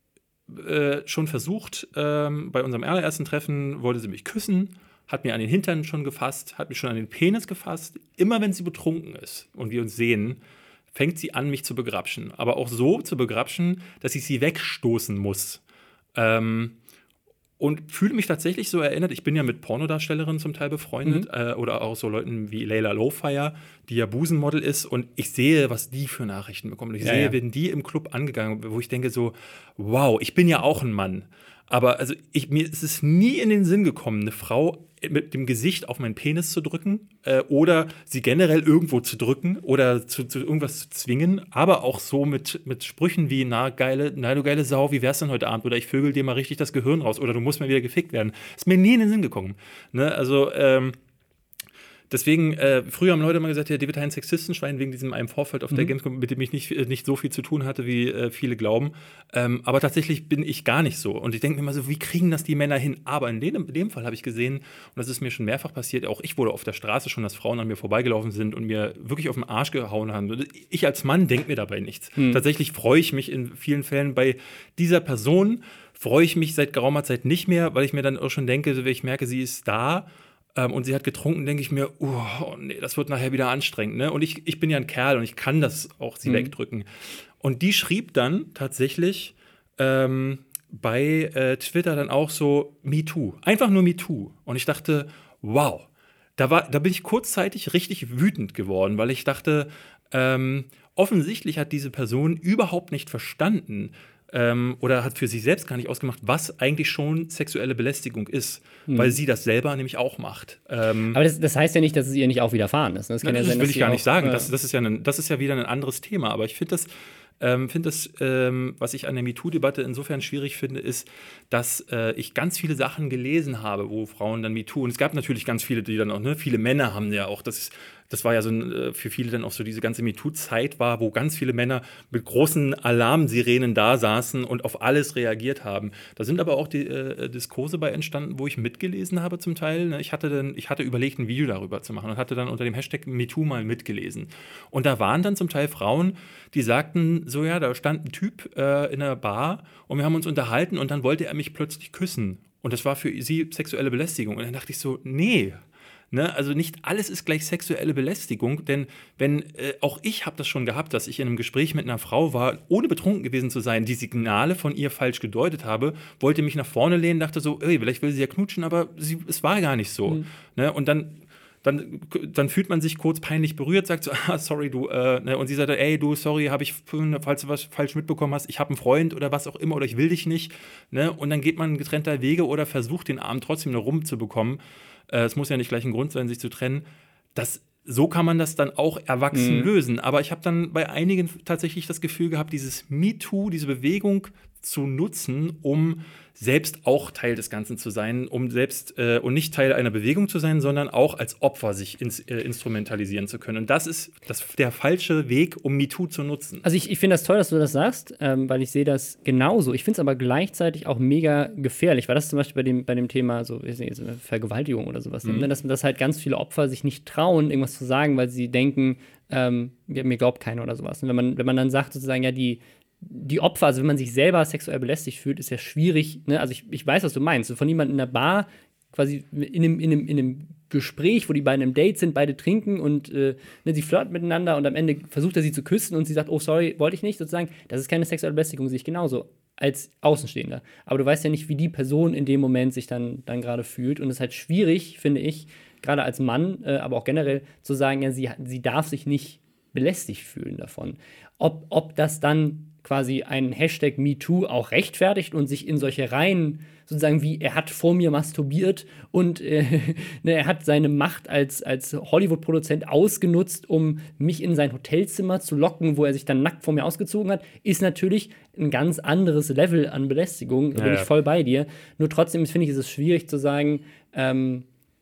äh, schon versucht, ähm, bei unserem allerersten Treffen wollte sie mich küssen, hat mir an den Hintern schon gefasst, hat mich schon an den Penis gefasst. Immer wenn sie betrunken ist und wir uns sehen, fängt sie an, mich zu begrapschen. Aber auch so zu begrapschen, dass ich sie wegstoßen muss. Ähm, Und fühle mich tatsächlich so erinnert, ich bin ja mit Pornodarstellerinnen zum Teil befreundet mhm. äh, oder auch so Leuten wie Layla Lowfire, die ja Busenmodel ist und ich sehe, was die für Nachrichten bekommen. Ich ja, sehe, ja. wenn die im Club angegangen, wo ich denke so, wow, ich bin ja auch ein Mann. Aber also ich, mir ist es nie in den Sinn gekommen, eine Frau mit dem Gesicht auf meinen Penis zu drücken äh, oder sie generell irgendwo zu drücken oder zu, zu irgendwas zu zwingen, aber auch so mit, mit Sprüchen wie, na, geile, na, du geile Sau, wie wär's denn heute Abend? Oder ich vögel dir mal richtig das Gehirn raus oder du musst mal wieder gefickt werden. Ist mir nie in den Sinn gekommen. Ne? Also, ähm, deswegen, äh, früher haben Leute immer gesagt, ja, David ein Sexistenschwein wegen diesem einen Vorfall auf mhm. der Gamescom, mit dem ich nicht, nicht so viel zu tun hatte, wie äh, viele glauben. Ähm, aber tatsächlich bin ich gar nicht so. Und ich denke mir immer so, wie kriegen das die Männer hin? Aber in dem, in dem Fall habe ich gesehen, und das ist mir schon mehrfach passiert, auch ich wurde auf der Straße schon, dass Frauen an mir vorbeigelaufen sind und mir wirklich auf den Arsch gehauen haben. Ich als Mann denke mir dabei nichts. Mhm. Tatsächlich freue ich mich in vielen Fällen bei dieser Person, freue ich mich seit geraumer Zeit nicht mehr, weil ich mir dann auch schon denke, wenn ich merke, sie ist da, und sie hat getrunken, denke ich mir, oh, nee, das wird nachher wieder anstrengend. Ne? Und ich, ich bin ja ein Kerl und ich kann das auch sie mhm. wegdrücken. Und die schrieb dann tatsächlich ähm, bei äh, Twitter dann auch so MeToo. Einfach nur MeToo. Und ich dachte, wow. Da, war, da bin ich kurzzeitig richtig wütend geworden, weil ich dachte, ähm, offensichtlich hat diese Person überhaupt nicht verstanden, ähm, oder hat für sich selbst gar nicht ausgemacht, was eigentlich schon sexuelle Belästigung ist, mhm. weil sie das selber nämlich auch macht. Ähm, Aber das, das heißt ja nicht, dass es ihr nicht auch widerfahren ist. Ne? Das, kann na, ja das sein, will dass ich gar sie nicht auch, sagen. äh, Das, das, ist ja ein, das ist ja wieder ein anderes Thema. Aber ich finde das, ähm, find das ähm, was ich an der MeToo-Debatte insofern schwierig finde, ist, dass äh, ich ganz viele Sachen gelesen habe, wo Frauen dann MeToo, und es gab natürlich ganz viele, die dann auch, ne, viele Männer haben ja auch, das ist, das war ja so ein, für viele dann auch so diese ganze MeToo-Zeit war, wo ganz viele Männer mit großen Alarmsirenen da saßen und auf alles reagiert haben. Da sind aber auch die äh, Diskurse bei entstanden, wo ich mitgelesen habe zum Teil. Ne? Ich hatte dann, ich hatte überlegt, ein Video darüber zu machen und hatte dann unter dem Hashtag MeToo mal mitgelesen. Und da waren dann zum Teil Frauen, die sagten, so ja, da stand ein Typ äh, in einer Bar und wir haben uns unterhalten und dann wollte er mich plötzlich küssen. Und das war für sie sexuelle Belästigung. Und dann dachte ich so, nee. Ne, also nicht alles ist gleich sexuelle Belästigung, denn wenn äh, auch ich habe das schon gehabt, dass ich in einem Gespräch mit einer Frau war, ohne betrunken gewesen zu sein, die Signale von ihr falsch gedeutet habe, wollte mich nach vorne lehnen, dachte so, ey, vielleicht will sie ja knutschen, aber sie, es war gar nicht so. Mhm. Ne, und dann, dann, dann fühlt man sich kurz peinlich berührt, sagt so, ah, sorry, du, äh, ne, und sie sagt, ey, du, sorry, habe ich, falls du was falsch mitbekommen hast, ich habe einen Freund oder was auch immer oder ich will dich nicht. Ne, und dann geht man getrennter Wege oder versucht den Abend trotzdem noch rumzubekommen. Es muss ja nicht gleich ein Grund sein, sich zu trennen. Das, so kann man das dann auch erwachsen mhm. lösen. Aber ich habe dann bei einigen tatsächlich das Gefühl gehabt, dieses MeToo, diese Bewegung zu nutzen, um selbst auch Teil des Ganzen zu sein, um selbst äh, und nicht Teil einer Bewegung zu sein, sondern auch als Opfer sich ins, äh, instrumentalisieren zu können. Und das ist das, der falsche Weg, um MeToo zu nutzen. Also ich, ich finde das toll, dass du das sagst, ähm, weil ich sehe das genauso. Ich finde es aber gleichzeitig auch mega gefährlich, weil das zum Beispiel bei dem, bei dem Thema so, ich weiß nicht, so eine Vergewaltigung oder sowas, mhm. ne? dass, dass halt ganz viele Opfer sich nicht trauen, irgendwas zu sagen, weil sie denken, ähm, mir glaubt keiner oder sowas. Und wenn man, wenn man dann sagt sozusagen, ja, die die Opfer, also wenn man sich selber sexuell belästigt fühlt, ist ja schwierig, ne? Also ich, ich weiß, was du meinst. So von jemandem in der Bar, quasi in einem, in, einem, in einem Gespräch, wo die beiden im Date sind, beide trinken und äh, ne, sie flirten miteinander und am Ende versucht er sie zu küssen und sie sagt, oh, sorry, wollte ich nicht, sozusagen. Das ist keine sexuelle Belästigung, sehe ich genauso als Außenstehender. Aber du weißt ja nicht, wie die Person in dem Moment sich dann, dann gerade fühlt. Und es ist halt schwierig, finde ich, gerade als Mann, äh, aber auch generell, zu sagen, ja, sie, sie darf sich nicht belästigt fühlen davon. Ob, ob das dann quasi ein Hashtag MeToo auch rechtfertigt und sich in solche Reihen sozusagen wie, er hat vor mir masturbiert und äh, ne, er hat seine Macht als, als Hollywood-Produzent ausgenutzt, um mich in sein Hotelzimmer zu locken, wo er sich dann nackt vor mir ausgezogen hat, ist natürlich ein ganz anderes Level an Belästigung, da bin ja, ich voll bei dir. Nur trotzdem finde ich, ist es schwierig zu sagen, ähm,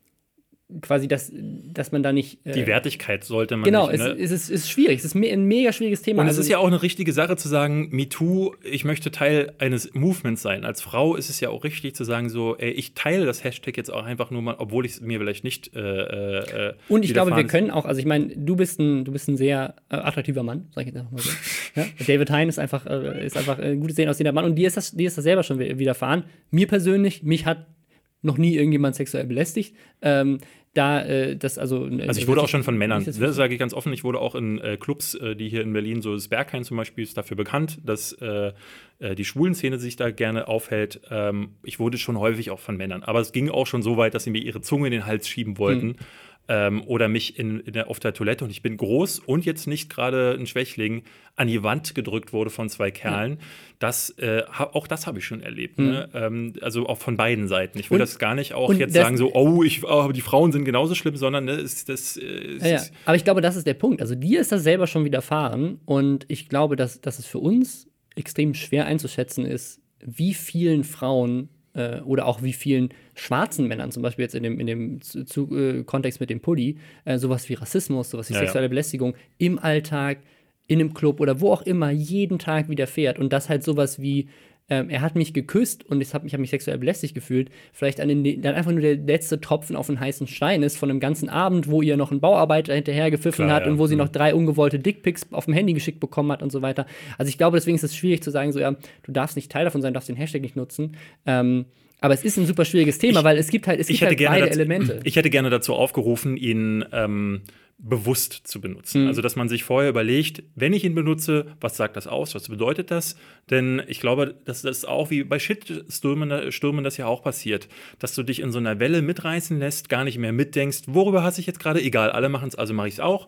quasi, dass, dass man da nicht äh die Wertigkeit sollte man genau, nicht. Genau, ne? es, es, ist, es ist schwierig. Es ist ein mega schwieriges Thema. Und also, es ist ja auch eine richtige Sache zu sagen, MeToo, ich möchte Teil eines Movements sein. Als Frau ist es ja auch richtig zu sagen, so, ey, ich teile das Hashtag jetzt auch einfach nur mal, obwohl ich es mir vielleicht nicht äh, äh, Und ich glaube, wir können auch, also ich meine, du bist ein, du bist ein sehr äh, attraktiver Mann, sag ich jetzt einfach mal so. Ja? David Hein ist einfach, äh, ist einfach ein gut sehen aussehender Mann und dir ist das, dir ist das selber schon widerfahren. Mir persönlich, mich hat noch nie irgendjemand sexuell belästigt. Ähm, Da, äh, das also. Äh, also ich wurde auch schon von Männern, das, das sage ich ganz offen, ich wurde auch in äh, Clubs, äh, die hier in Berlin, so das Berghain zum Beispiel, ist dafür bekannt, dass äh, die Schwulenszene sich da gerne aufhält. Ähm, ich wurde schon häufig auch von Männern, aber es ging auch schon so weit, dass sie mir ihre Zunge in den Hals schieben wollten. Mhm. Ähm, oder mich in, in der, auf der Toilette, und ich bin groß und jetzt nicht gerade ein Schwächling, an die Wand gedrückt wurde von zwei Kerlen. Ja. Das, äh, auch das habe ich schon erlebt. Mhm. Ne? Ähm, also auch von beiden Seiten. Ich will und, das gar nicht auch jetzt sagen, so, oh, ich, oh, die Frauen sind genauso schlimm, sondern ne, ist, das ist ja, ja. Aber ich glaube, das ist der Punkt. Also dir ist das selber schon widerfahren und ich glaube, dass, dass es für uns extrem schwer einzuschätzen ist, wie vielen Frauen oder auch wie vielen schwarzen Männern, zum Beispiel jetzt in dem, in dem zu, zu, äh, Kontext mit dem Pulli, äh, sowas wie Rassismus, sowas wie ja, sexuelle ja. Belästigung im Alltag, in einem Club oder wo auch immer jeden Tag widerfährt. Und das halt sowas wie, ähm, er hat mich geküsst und ich habe mich, hab mich sexuell belästigt gefühlt, vielleicht an den, dann einfach nur der letzte Tropfen auf den heißen Stein ist von einem ganzen Abend, wo ihr noch einen Bauarbeiter hinterher gepfiffen Klar, hat ja. und wo sie noch drei ungewollte Dickpics auf dem Handy geschickt bekommen hat und so weiter. Also ich glaube, deswegen ist es schwierig zu sagen, so ja, du darfst nicht Teil davon sein, darfst den Hashtag nicht nutzen. Ähm, aber es ist ein super schwieriges Thema, ich, weil es gibt halt, es gibt halt beide dazu, Elemente. Ich hätte gerne dazu aufgerufen, ihn ähm, bewusst zu benutzen. Mhm. Also, dass man sich vorher überlegt, wenn ich ihn benutze, was sagt das aus, was bedeutet das? Denn ich glaube, dass das auch wie bei Shitstürmen Stürmen das ja auch passiert, dass du dich in so einer Welle mitreißen lässt, gar nicht mehr mitdenkst, worüber hasse ich jetzt gerade? Egal, alle machen es, also mache ich es auch.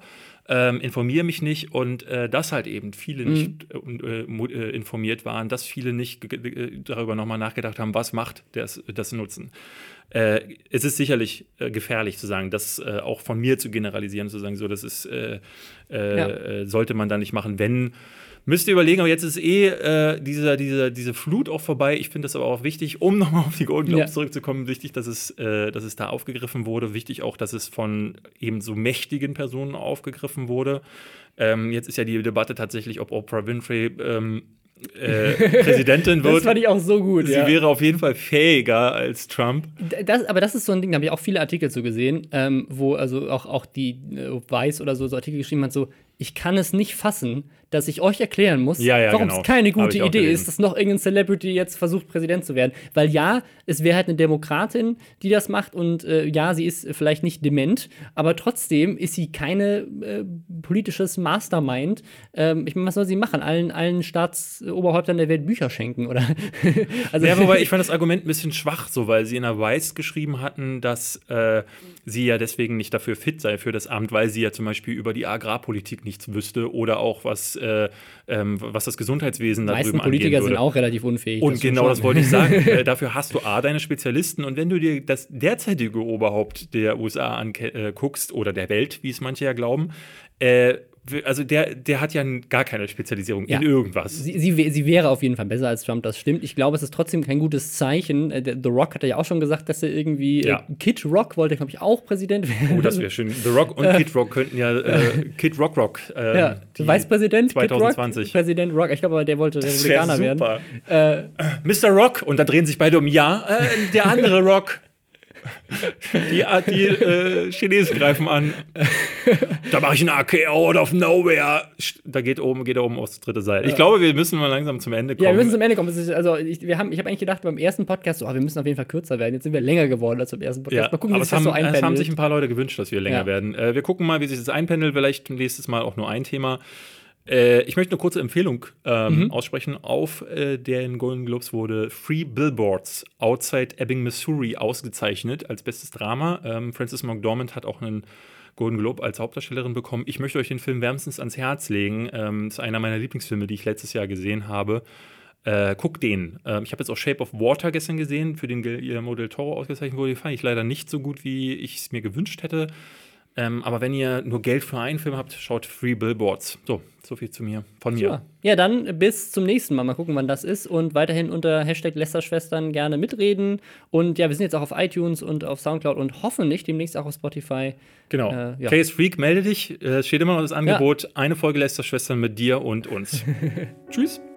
ähm, informiere mich nicht und äh, dass halt eben viele Mhm. nicht äh, äh, informiert waren, dass viele nicht g- g- darüber nochmal nachgedacht haben, was macht das, das Nutzen. Äh, es ist sicherlich äh, gefährlich zu sagen, das äh, auch von mir zu generalisieren, zu sagen, so, das ist, äh, äh, Ja. äh, sollte man da nicht machen, wenn. Müsst ihr überlegen, aber jetzt ist eh äh, diese, diese, diese Flut auch vorbei. Ich finde das aber auch wichtig, um nochmal auf die Golden Globes Ja. zurückzukommen, wichtig, dass es, äh, dass es da aufgegriffen wurde. Wichtig auch, dass es von eben so mächtigen Personen aufgegriffen wurde. Ähm, jetzt ist ja die Debatte tatsächlich, ob Oprah Winfrey ähm, äh, Präsidentin wird. Das fand ich auch so gut. Sie ja. wäre auf jeden Fall fähiger als Trump. Das, aber das ist so ein Ding, da habe ich auch viele Artikel zu gesehen, ähm, wo also auch, auch die äh, Weiß oder so, so Artikel geschrieben hat, so, ich kann es nicht fassen, dass ich euch erklären muss, Ja, ja, warum genau. es keine Hab gute ich auch Idee gelesen. ist, dass noch irgendein Celebrity jetzt versucht, Präsident zu werden. Weil ja, es wäre halt eine Demokratin, die das macht und äh, ja, sie ist vielleicht nicht dement, aber trotzdem ist sie keine äh, politisches Mastermind. Ähm, ich meine, was soll sie machen? Allen, allen Staatsoberhäuptern der Welt Bücher schenken, oder? also, Ja, wobei ich fand das Argument ein bisschen schwach, so, weil sie in der Weiß geschrieben hatten, dass äh, sie ja deswegen nicht dafür fit sei für das Amt, weil sie ja zum Beispiel über die Agrarpolitik nichts wüsste oder auch was, äh, ähm, was das Gesundheitswesen die da meisten drüben Politiker angehen würde. sind auch relativ unfähig. Und stimmt genau schon. das wollte ich sagen. äh, dafür hast du A, deine Spezialisten. Und wenn du dir das derzeitige Oberhaupt der U S A anguckst, oder der Welt, wie es manche ja glauben, äh, also der, der hat ja gar keine Spezialisierung Ja. in irgendwas. Sie, sie, wä- sie wäre auf jeden Fall besser als Trump, das stimmt. Ich glaube, es ist trotzdem kein gutes Zeichen. Äh, der- The Rock hat ja auch schon gesagt, dass er irgendwie. Ja. Äh, Kid Rock wollte, glaube ich, auch Präsident werden. Oh, das wäre schön. The Rock und Kid Rock könnten ja äh, Kid Rock Rock. Ähm, Ja, die Vicepräsident Kid Rock, zwanzig zwanzig. Präsident Rock. Ich glaube aber, der wollte Das wär Republikaner werden. super. Äh, Mister Rock. Und da drehen sich beide um Ja. Äh, der andere Rock. Die, die äh, Chinesen greifen an. Da mache ich ein A K O out of nowhere. Da geht oben, geht er oben aufs dritte Seil. Ich glaube, wir müssen mal langsam zum Ende kommen. ja, wir müssen zum Ende kommen. Es ist, also, ich, wir haben, ich habe eigentlich gedacht beim ersten Podcast, so, oh, wir müssen auf jeden Fall kürzer werden. Jetzt sind wir länger geworden als beim ersten Podcast. Ja, Mal gucken, wie aber sich es das haben, so es haben einpendelt. sich ein paar Leute gewünscht, dass wir länger Ja. werden. Äh, wir gucken mal, wie sich das einpendelt. Vielleicht nächstes Mal auch nur ein Thema. Äh, ich möchte eine kurze Empfehlung ähm, Mhm. aussprechen. Auf äh, den Golden Globes wurde Free Billboards Outside Ebbing, Missouri ausgezeichnet als bestes Drama. Ähm, Frances McDormand hat auch einen Golden Globe als Hauptdarstellerin bekommen. Ich möchte euch den Film wärmstens ans Herz legen. Ähm, das ist einer meiner Lieblingsfilme, die ich letztes Jahr gesehen habe. Äh, guckt den. Ähm, ich habe jetzt auch Shape of Water gestern gesehen, für den Guillermo del Toro ausgezeichnet wurde. Den fand ich leider nicht so gut, wie ich es mir gewünscht hätte. Ähm, aber wenn ihr nur Geld für einen Film habt, schaut Free Billboards. So, so viel zu mir, von mir. Super. Ja, dann bis zum nächsten Mal. Mal gucken, wann das ist. Und weiterhin unter Hashtag Lästerschwestern gerne mitreden. Und ja, wir sind jetzt auch auf iTunes und auf Soundcloud und hoffentlich demnächst auch auf Spotify. Genau. Äh, ja. Case Freak, melde dich. Es steht immer noch das Angebot. Eine Folge Lästerschwestern mit dir und uns. Tschüss.